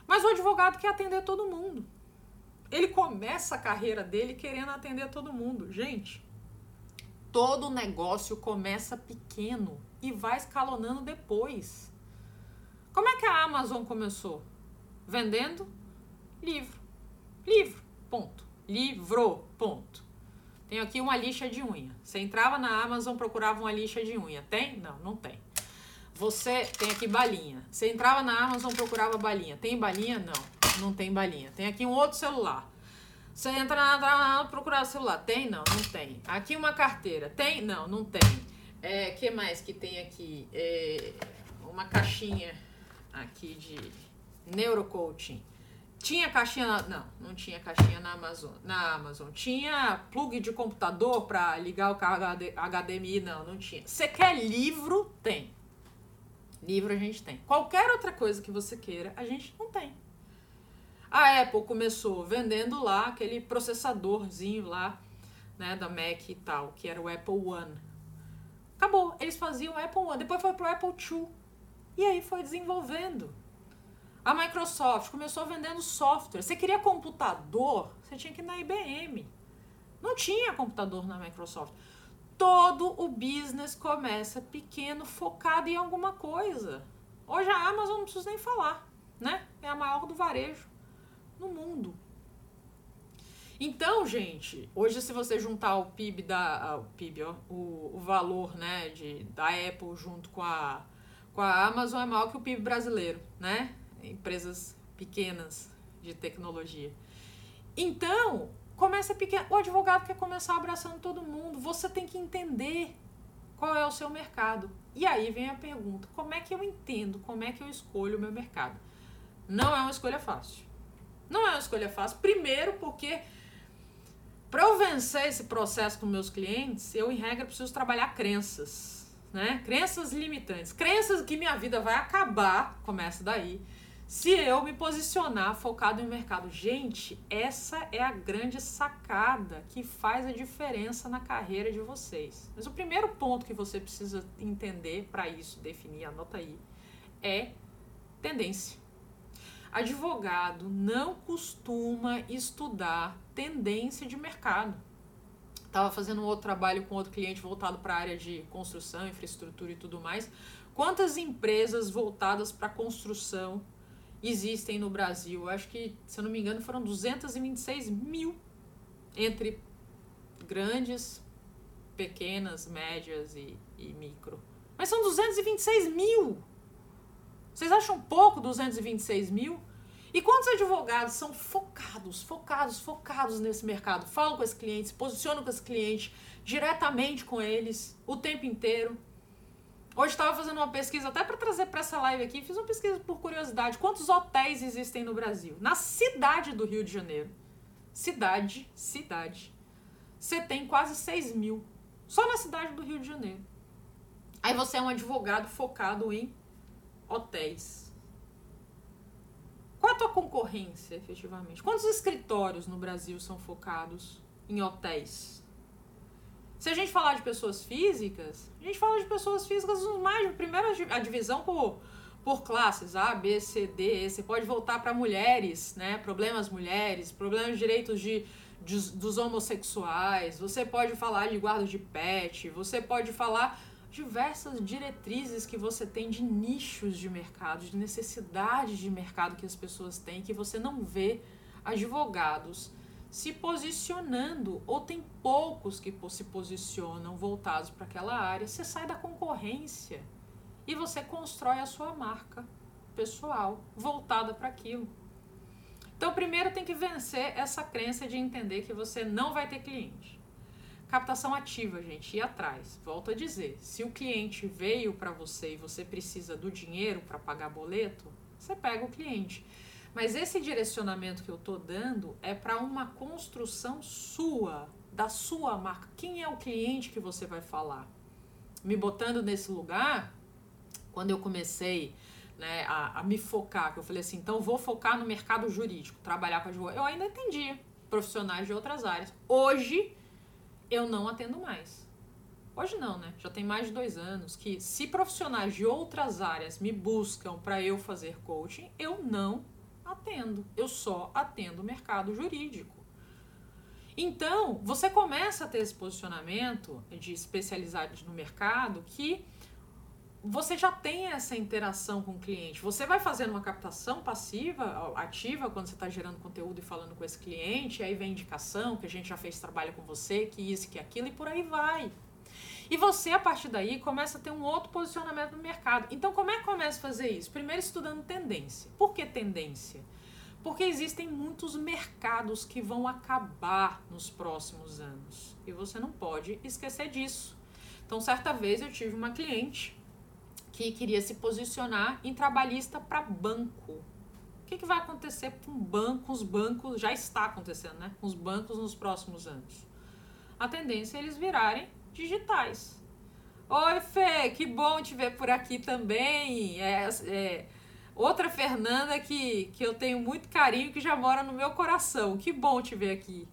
Mas o advogado quer atender todo mundo. Ele começa a carreira dele querendo atender todo mundo. Gente, todo negócio começa pequeno e vai escalonando depois. Como é que a Amazon começou? Vendendo livro. Livro, ponto. Livro, ponto. Tenho aqui uma lixa de unha. Você entrava na Amazon, procurava uma lixa de unha. Tem? Não, não tem. Você tem aqui balinha. Você entrava na Amazon, procurava balinha. Tem balinha? Não, não tem balinha. Tem aqui um outro celular. Você entra na, na, na procurar celular. Tem? Não, não tem. Aqui uma carteira. Tem? Não, não tem. É, que mais que tem aqui? É, uma caixinha aqui de neurocoaching. Tinha caixinha na, não, não tinha caixinha na Amazon, na Amazon. Tinha plug de computador para ligar o carro H D M I? Não, não tinha. Você quer livro? Tem. Livro a gente tem. Qualquer outra coisa que você queira, a gente não tem. A Apple começou vendendo lá aquele processadorzinho lá, né, da Mac e tal, que era o Apple One. Acabou. Eles faziam o Apple One, depois foi pro Apple Two. E aí foi desenvolvendo. A Microsoft começou vendendo software. Você queria computador, você tinha que ir na I B M. Não tinha computador na Microsoft. Todo o business começa pequeno, focado em alguma coisa. Hoje a Amazon não precisa nem falar, né? É a maior do varejo no mundo. Então, gente, hoje se você juntar o P I B da, o P I B, ó, o, o valor, né, de, da Apple junto com a, com a Amazon é maior que o P I B brasileiro, né? Empresas pequenas de tecnologia. Então, começa pequeno. O advogado quer começar abraçando todo mundo. Você tem que entender qual é o seu mercado. E aí vem a pergunta: como é que eu entendo? Como é que eu escolho o meu mercado? Não é uma escolha fácil. Não é uma escolha fácil. Primeiro porque para eu vencer esse processo com meus clientes, eu, em regra, preciso trabalhar crenças, né? Crenças limitantes. Crenças que minha vida vai acabar, começa daí, se eu me posicionar focado em mercado. Gente, essa é a grande sacada que faz a diferença na carreira de vocês. Mas o primeiro ponto que você precisa entender para isso, definir, anota aí, é tendência. Advogado não costuma estudar tendência de mercado. Estava fazendo um outro trabalho com outro cliente voltado para a área de construção, infraestrutura e tudo mais. Quantas empresas voltadas para construção existem no Brasil? Eu acho que, se eu não me engano, foram duzentos e vinte e seis mil, entre grandes, pequenas, médias e, e micro. Mas são duzentos e vinte e seis mil! Vocês acham pouco duzentos e vinte e seis mil? E quantos advogados são focados, focados, focados nesse mercado? Falam com esse cliente, se posicionam com esse cliente, diretamente com eles, o tempo inteiro. Hoje estava fazendo uma pesquisa, até para trazer para essa live aqui, fiz uma pesquisa por curiosidade. Quantos hotéis existem no Brasil? Na cidade do Rio de Janeiro. Cidade, cidade. Você tem quase seis mil. Só na cidade do Rio de Janeiro. Aí você é um advogado focado em hotéis. Qual é a tua concorrência, efetivamente? Quantos escritórios no Brasil são focados em hotéis? Se a gente falar de pessoas físicas, a gente fala de pessoas físicas mais, primeiro a divisão por, por classes, A, B, C, D. Você pode voltar para mulheres, né? Problemas mulheres, problemas de direitos de, de, dos homossexuais. Você pode falar de guarda de pet, você pode falar diversas diretrizes que você tem de nichos de mercado, de necessidades de mercado que as pessoas têm, que você não vê advogados se posicionando, ou tem poucos que se posicionam voltados para aquela área. Você sai da concorrência e você constrói a sua marca pessoal voltada para aquilo. Então, primeiro tem que vencer essa crença de entender que você não vai ter cliente. Captação ativa, gente, ir atrás. Volto a dizer, se o cliente veio para você e você precisa do dinheiro para pagar boleto, você pega o cliente. Mas esse direcionamento que eu tô dando é para uma construção sua, da sua marca. Quem é o cliente que você vai falar? Me botando nesse lugar, quando eu comecei, né, a, a me focar, que eu falei assim, então vou focar no mercado jurídico, trabalhar com advogado. Eu ainda atendia profissionais de outras áreas. Hoje, eu não atendo mais. Hoje não, né? Já tem mais de dois anos que, se profissionais de outras áreas me buscam para eu fazer coaching, eu não Atendo. Eu só atendo o mercado jurídico. Então, você começa a ter esse posicionamento de especialidade no mercado que você já tem essa interação com o cliente. Você vai fazendo uma captação passiva, ativa, quando você está gerando conteúdo e falando com esse cliente, aí vem indicação, que a gente já fez trabalho com você, que isso, que aquilo, e por aí vai. E você, a partir daí, começa a ter um outro posicionamento no mercado. Então, como é que começa a fazer isso? Primeiro, estudando tendência. Por que tendência? Porque existem muitos mercados que vão acabar nos próximos anos. E você não pode esquecer disso. Então, certa vez, eu tive uma cliente que queria se posicionar em trabalhista para banco. O que, que vai acontecer com banco, os bancos, já está acontecendo, né? Com os bancos nos próximos anos. A tendência é eles virarem digitais. Oi, Fê, que bom te ver por aqui também. É, é, outra Fernanda que, que eu tenho muito carinho, que já mora no meu coração. Que bom te ver aqui.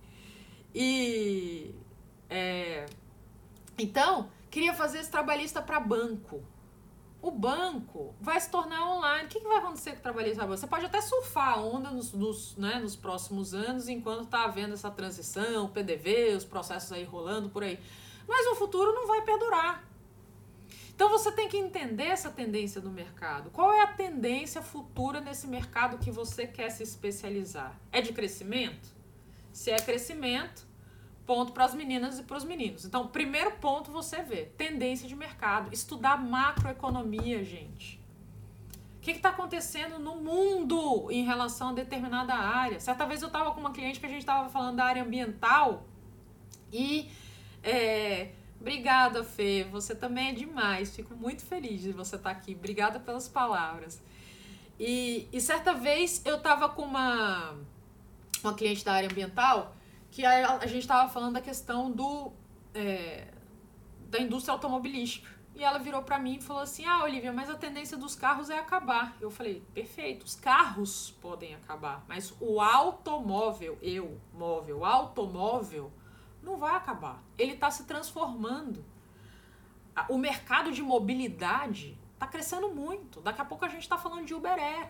E, é, então, queria fazer esse trabalhista para banco. O banco vai se tornar online. O que, que vai acontecer com o trabalhista? Você pode até surfar a onda nos, nos, né, nos próximos anos, enquanto está havendo essa transição, P D V, os processos aí rolando por aí. Mas o futuro não vai perdurar. Então você tem que entender essa tendência do mercado. Qual é a tendência futura nesse mercado que você quer se especializar? É de crescimento? Se é crescimento, ponto para as meninas e para os meninos. Então, primeiro ponto você vê, tendência de mercado. Estudar macroeconomia, gente. O que está acontecendo no mundo em relação a determinada área? Certa vez eu estava com uma cliente que a gente estava falando da área ambiental e... É, obrigada, Fê, você também é demais. Fico muito feliz de você estar aqui. Obrigada pelas palavras. E, e certa vez eu estava com uma, uma cliente da área ambiental que a, a gente estava falando da questão do, é, da indústria automobilística. E ela virou para mim e falou assim, ah, Olivia, mas a tendência dos carros é acabar. Eu falei, perfeito, os carros podem acabar, mas o automóvel, eu, móvel, o automóvel não vai acabar. Ele está se transformando. O mercado de mobilidade está crescendo muito. Daqui a pouco a gente está falando de Uber Air,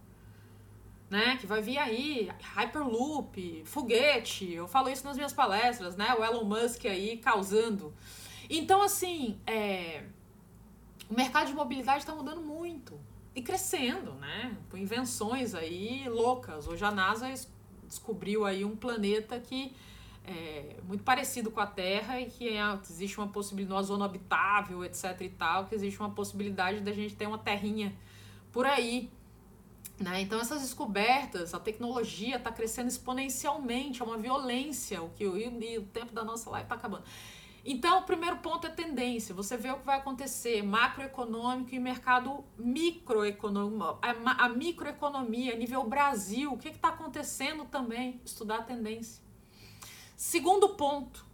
né? Que vai vir aí, Hyperloop, foguete. Eu falo isso nas minhas palestras, né? O Elon Musk aí causando. Então, assim, é... o mercado de mobilidade está mudando muito. E crescendo, né? Com invenções aí loucas. Hoje a NASA descobriu aí um planeta que é muito parecido com a Terra e que é, existe uma possibilidade, uma zona habitável, etc e tal, que existe uma possibilidade da gente ter uma terrinha por aí, né? Então essas descobertas, a tecnologia está crescendo exponencialmente, é uma violência, o que e, e o tempo da nossa live está acabando. Então, o primeiro ponto é tendência, você vê o que vai acontecer, macroeconômico e mercado microeconômico, a, a microeconomia, nível Brasil, o que está acontecendo também, estudar a tendência. Segundo ponto,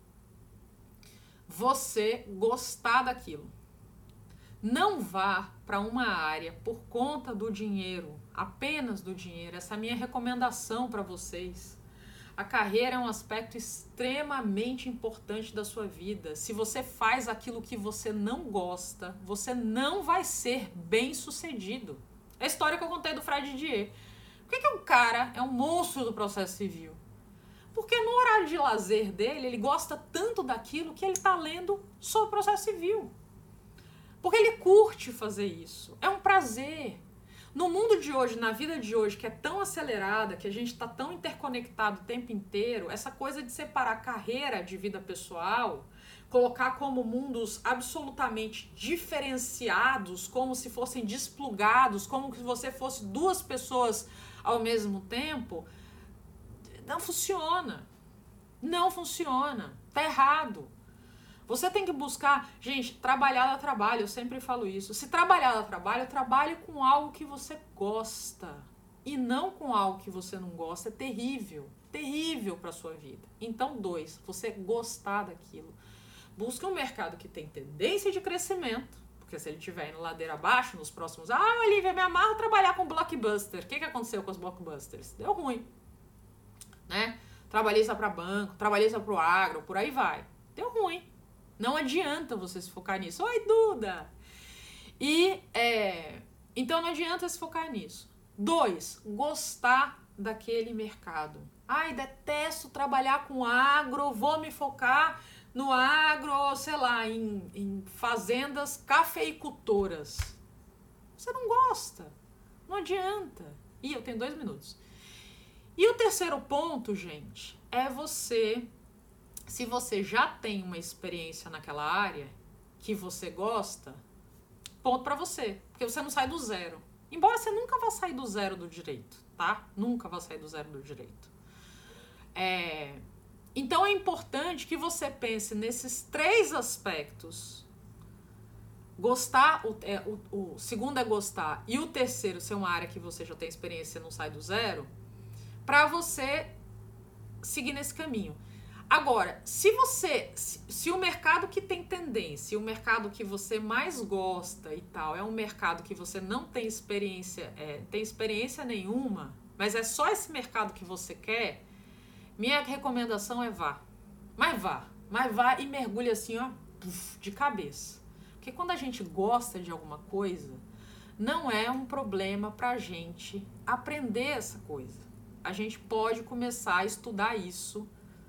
você gostar daquilo. Não vá para uma área por conta do dinheiro, apenas do dinheiro. Essa é a minha recomendação para vocês. A carreira é um aspecto extremamente importante da sua vida. Se você faz aquilo que você não gosta, você não vai ser bem sucedido. É a história que eu contei do Fred Dier. Por que, que um cara é um monstro do processo civil? Porque no horário de lazer dele, ele gosta tanto daquilo que ele está lendo sobre o processo civil. Porque ele curte fazer isso. É um prazer. No mundo de hoje, na vida de hoje, que é tão acelerada, que a gente está tão interconectado o tempo inteiro, essa coisa de separar carreira de vida pessoal, colocar como mundos absolutamente diferenciados, como se fossem desplugados, como se você fosse duas pessoas ao mesmo tempo... Não funciona. Não funciona. Tá errado. Você tem que buscar... Gente, trabalhar dá trabalho. Eu sempre falo isso. Se trabalhar dá trabalho, trabalhe com algo que você gosta. E não com algo que você não gosta. É terrível. Terrível para sua vida. Então, dois. Você gostar daquilo. Busque um mercado que tem tendência de crescimento. Porque se ele estiver indo ladeira abaixo nos próximos... Ah, Olivia, me amarro trabalhar com blockbuster. O que, que aconteceu com os blockbusters? Deu ruim. Né? Trabalhista para banco, trabalhista para o agro, por aí vai. Deu ruim. Não adianta você se focar nisso. Oi, Duda! E, é, então não adianta se focar nisso. Dois, gostar daquele mercado. Ai, detesto trabalhar com agro, vou me focar no agro, sei lá, em, em fazendas cafeicultoras. Você não gosta, não adianta. Ih, eu tenho dois minutos. E o terceiro ponto, gente, é você, se você já tem uma experiência naquela área que você gosta, ponto pra você, porque você não sai do zero. Embora você nunca vá sair do zero do direito, tá? Nunca vá sair do zero do direito. É... Então é importante que você pense nesses três aspectos. Gostar, o, é, o, o segundo é gostar, e o terceiro ser uma área que você já tem experiência e não sai do zero, para você seguir nesse caminho. Agora, se você, se, se o mercado que tem tendência, o mercado que você mais gosta e tal, é um mercado que você não tem experiência, é, tem experiência nenhuma, mas é só esse mercado que você quer, minha recomendação é vá. Mas vá, mas vá e mergulhe assim, ó, de cabeça. Porque quando a gente gosta de alguma coisa, não é um problema pra gente aprender essa coisa. A gente pode começar a estudar isso.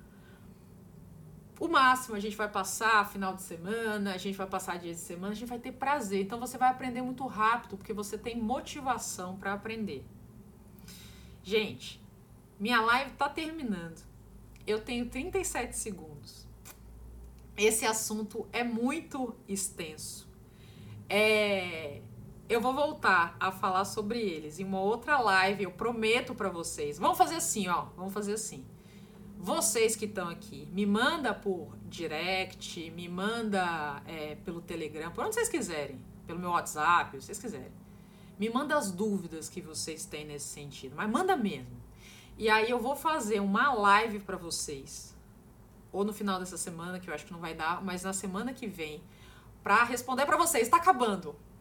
O máximo, a gente vai passar final de semana, a gente vai passar dias de semana, a gente vai ter prazer. Então você vai aprender muito rápido, porque você tem motivação para aprender. Gente, minha live tá terminando. Eu tenho trinta e sete segundos. Esse assunto é muito extenso. É... Eu vou voltar a falar sobre eles em uma outra live, eu prometo para vocês. Vamos fazer assim, ó. Vamos fazer assim. Vocês que estão aqui, me manda por direct, me manda é, pelo Telegram, por onde vocês quiserem, pelo meu WhatsApp, se vocês quiserem. Me manda as dúvidas que vocês têm nesse sentido, mas manda mesmo. E aí eu vou fazer uma live para vocês, ou no final dessa semana, que eu acho que não vai dar, mas na semana que vem, para responder para vocês. Tá acabando.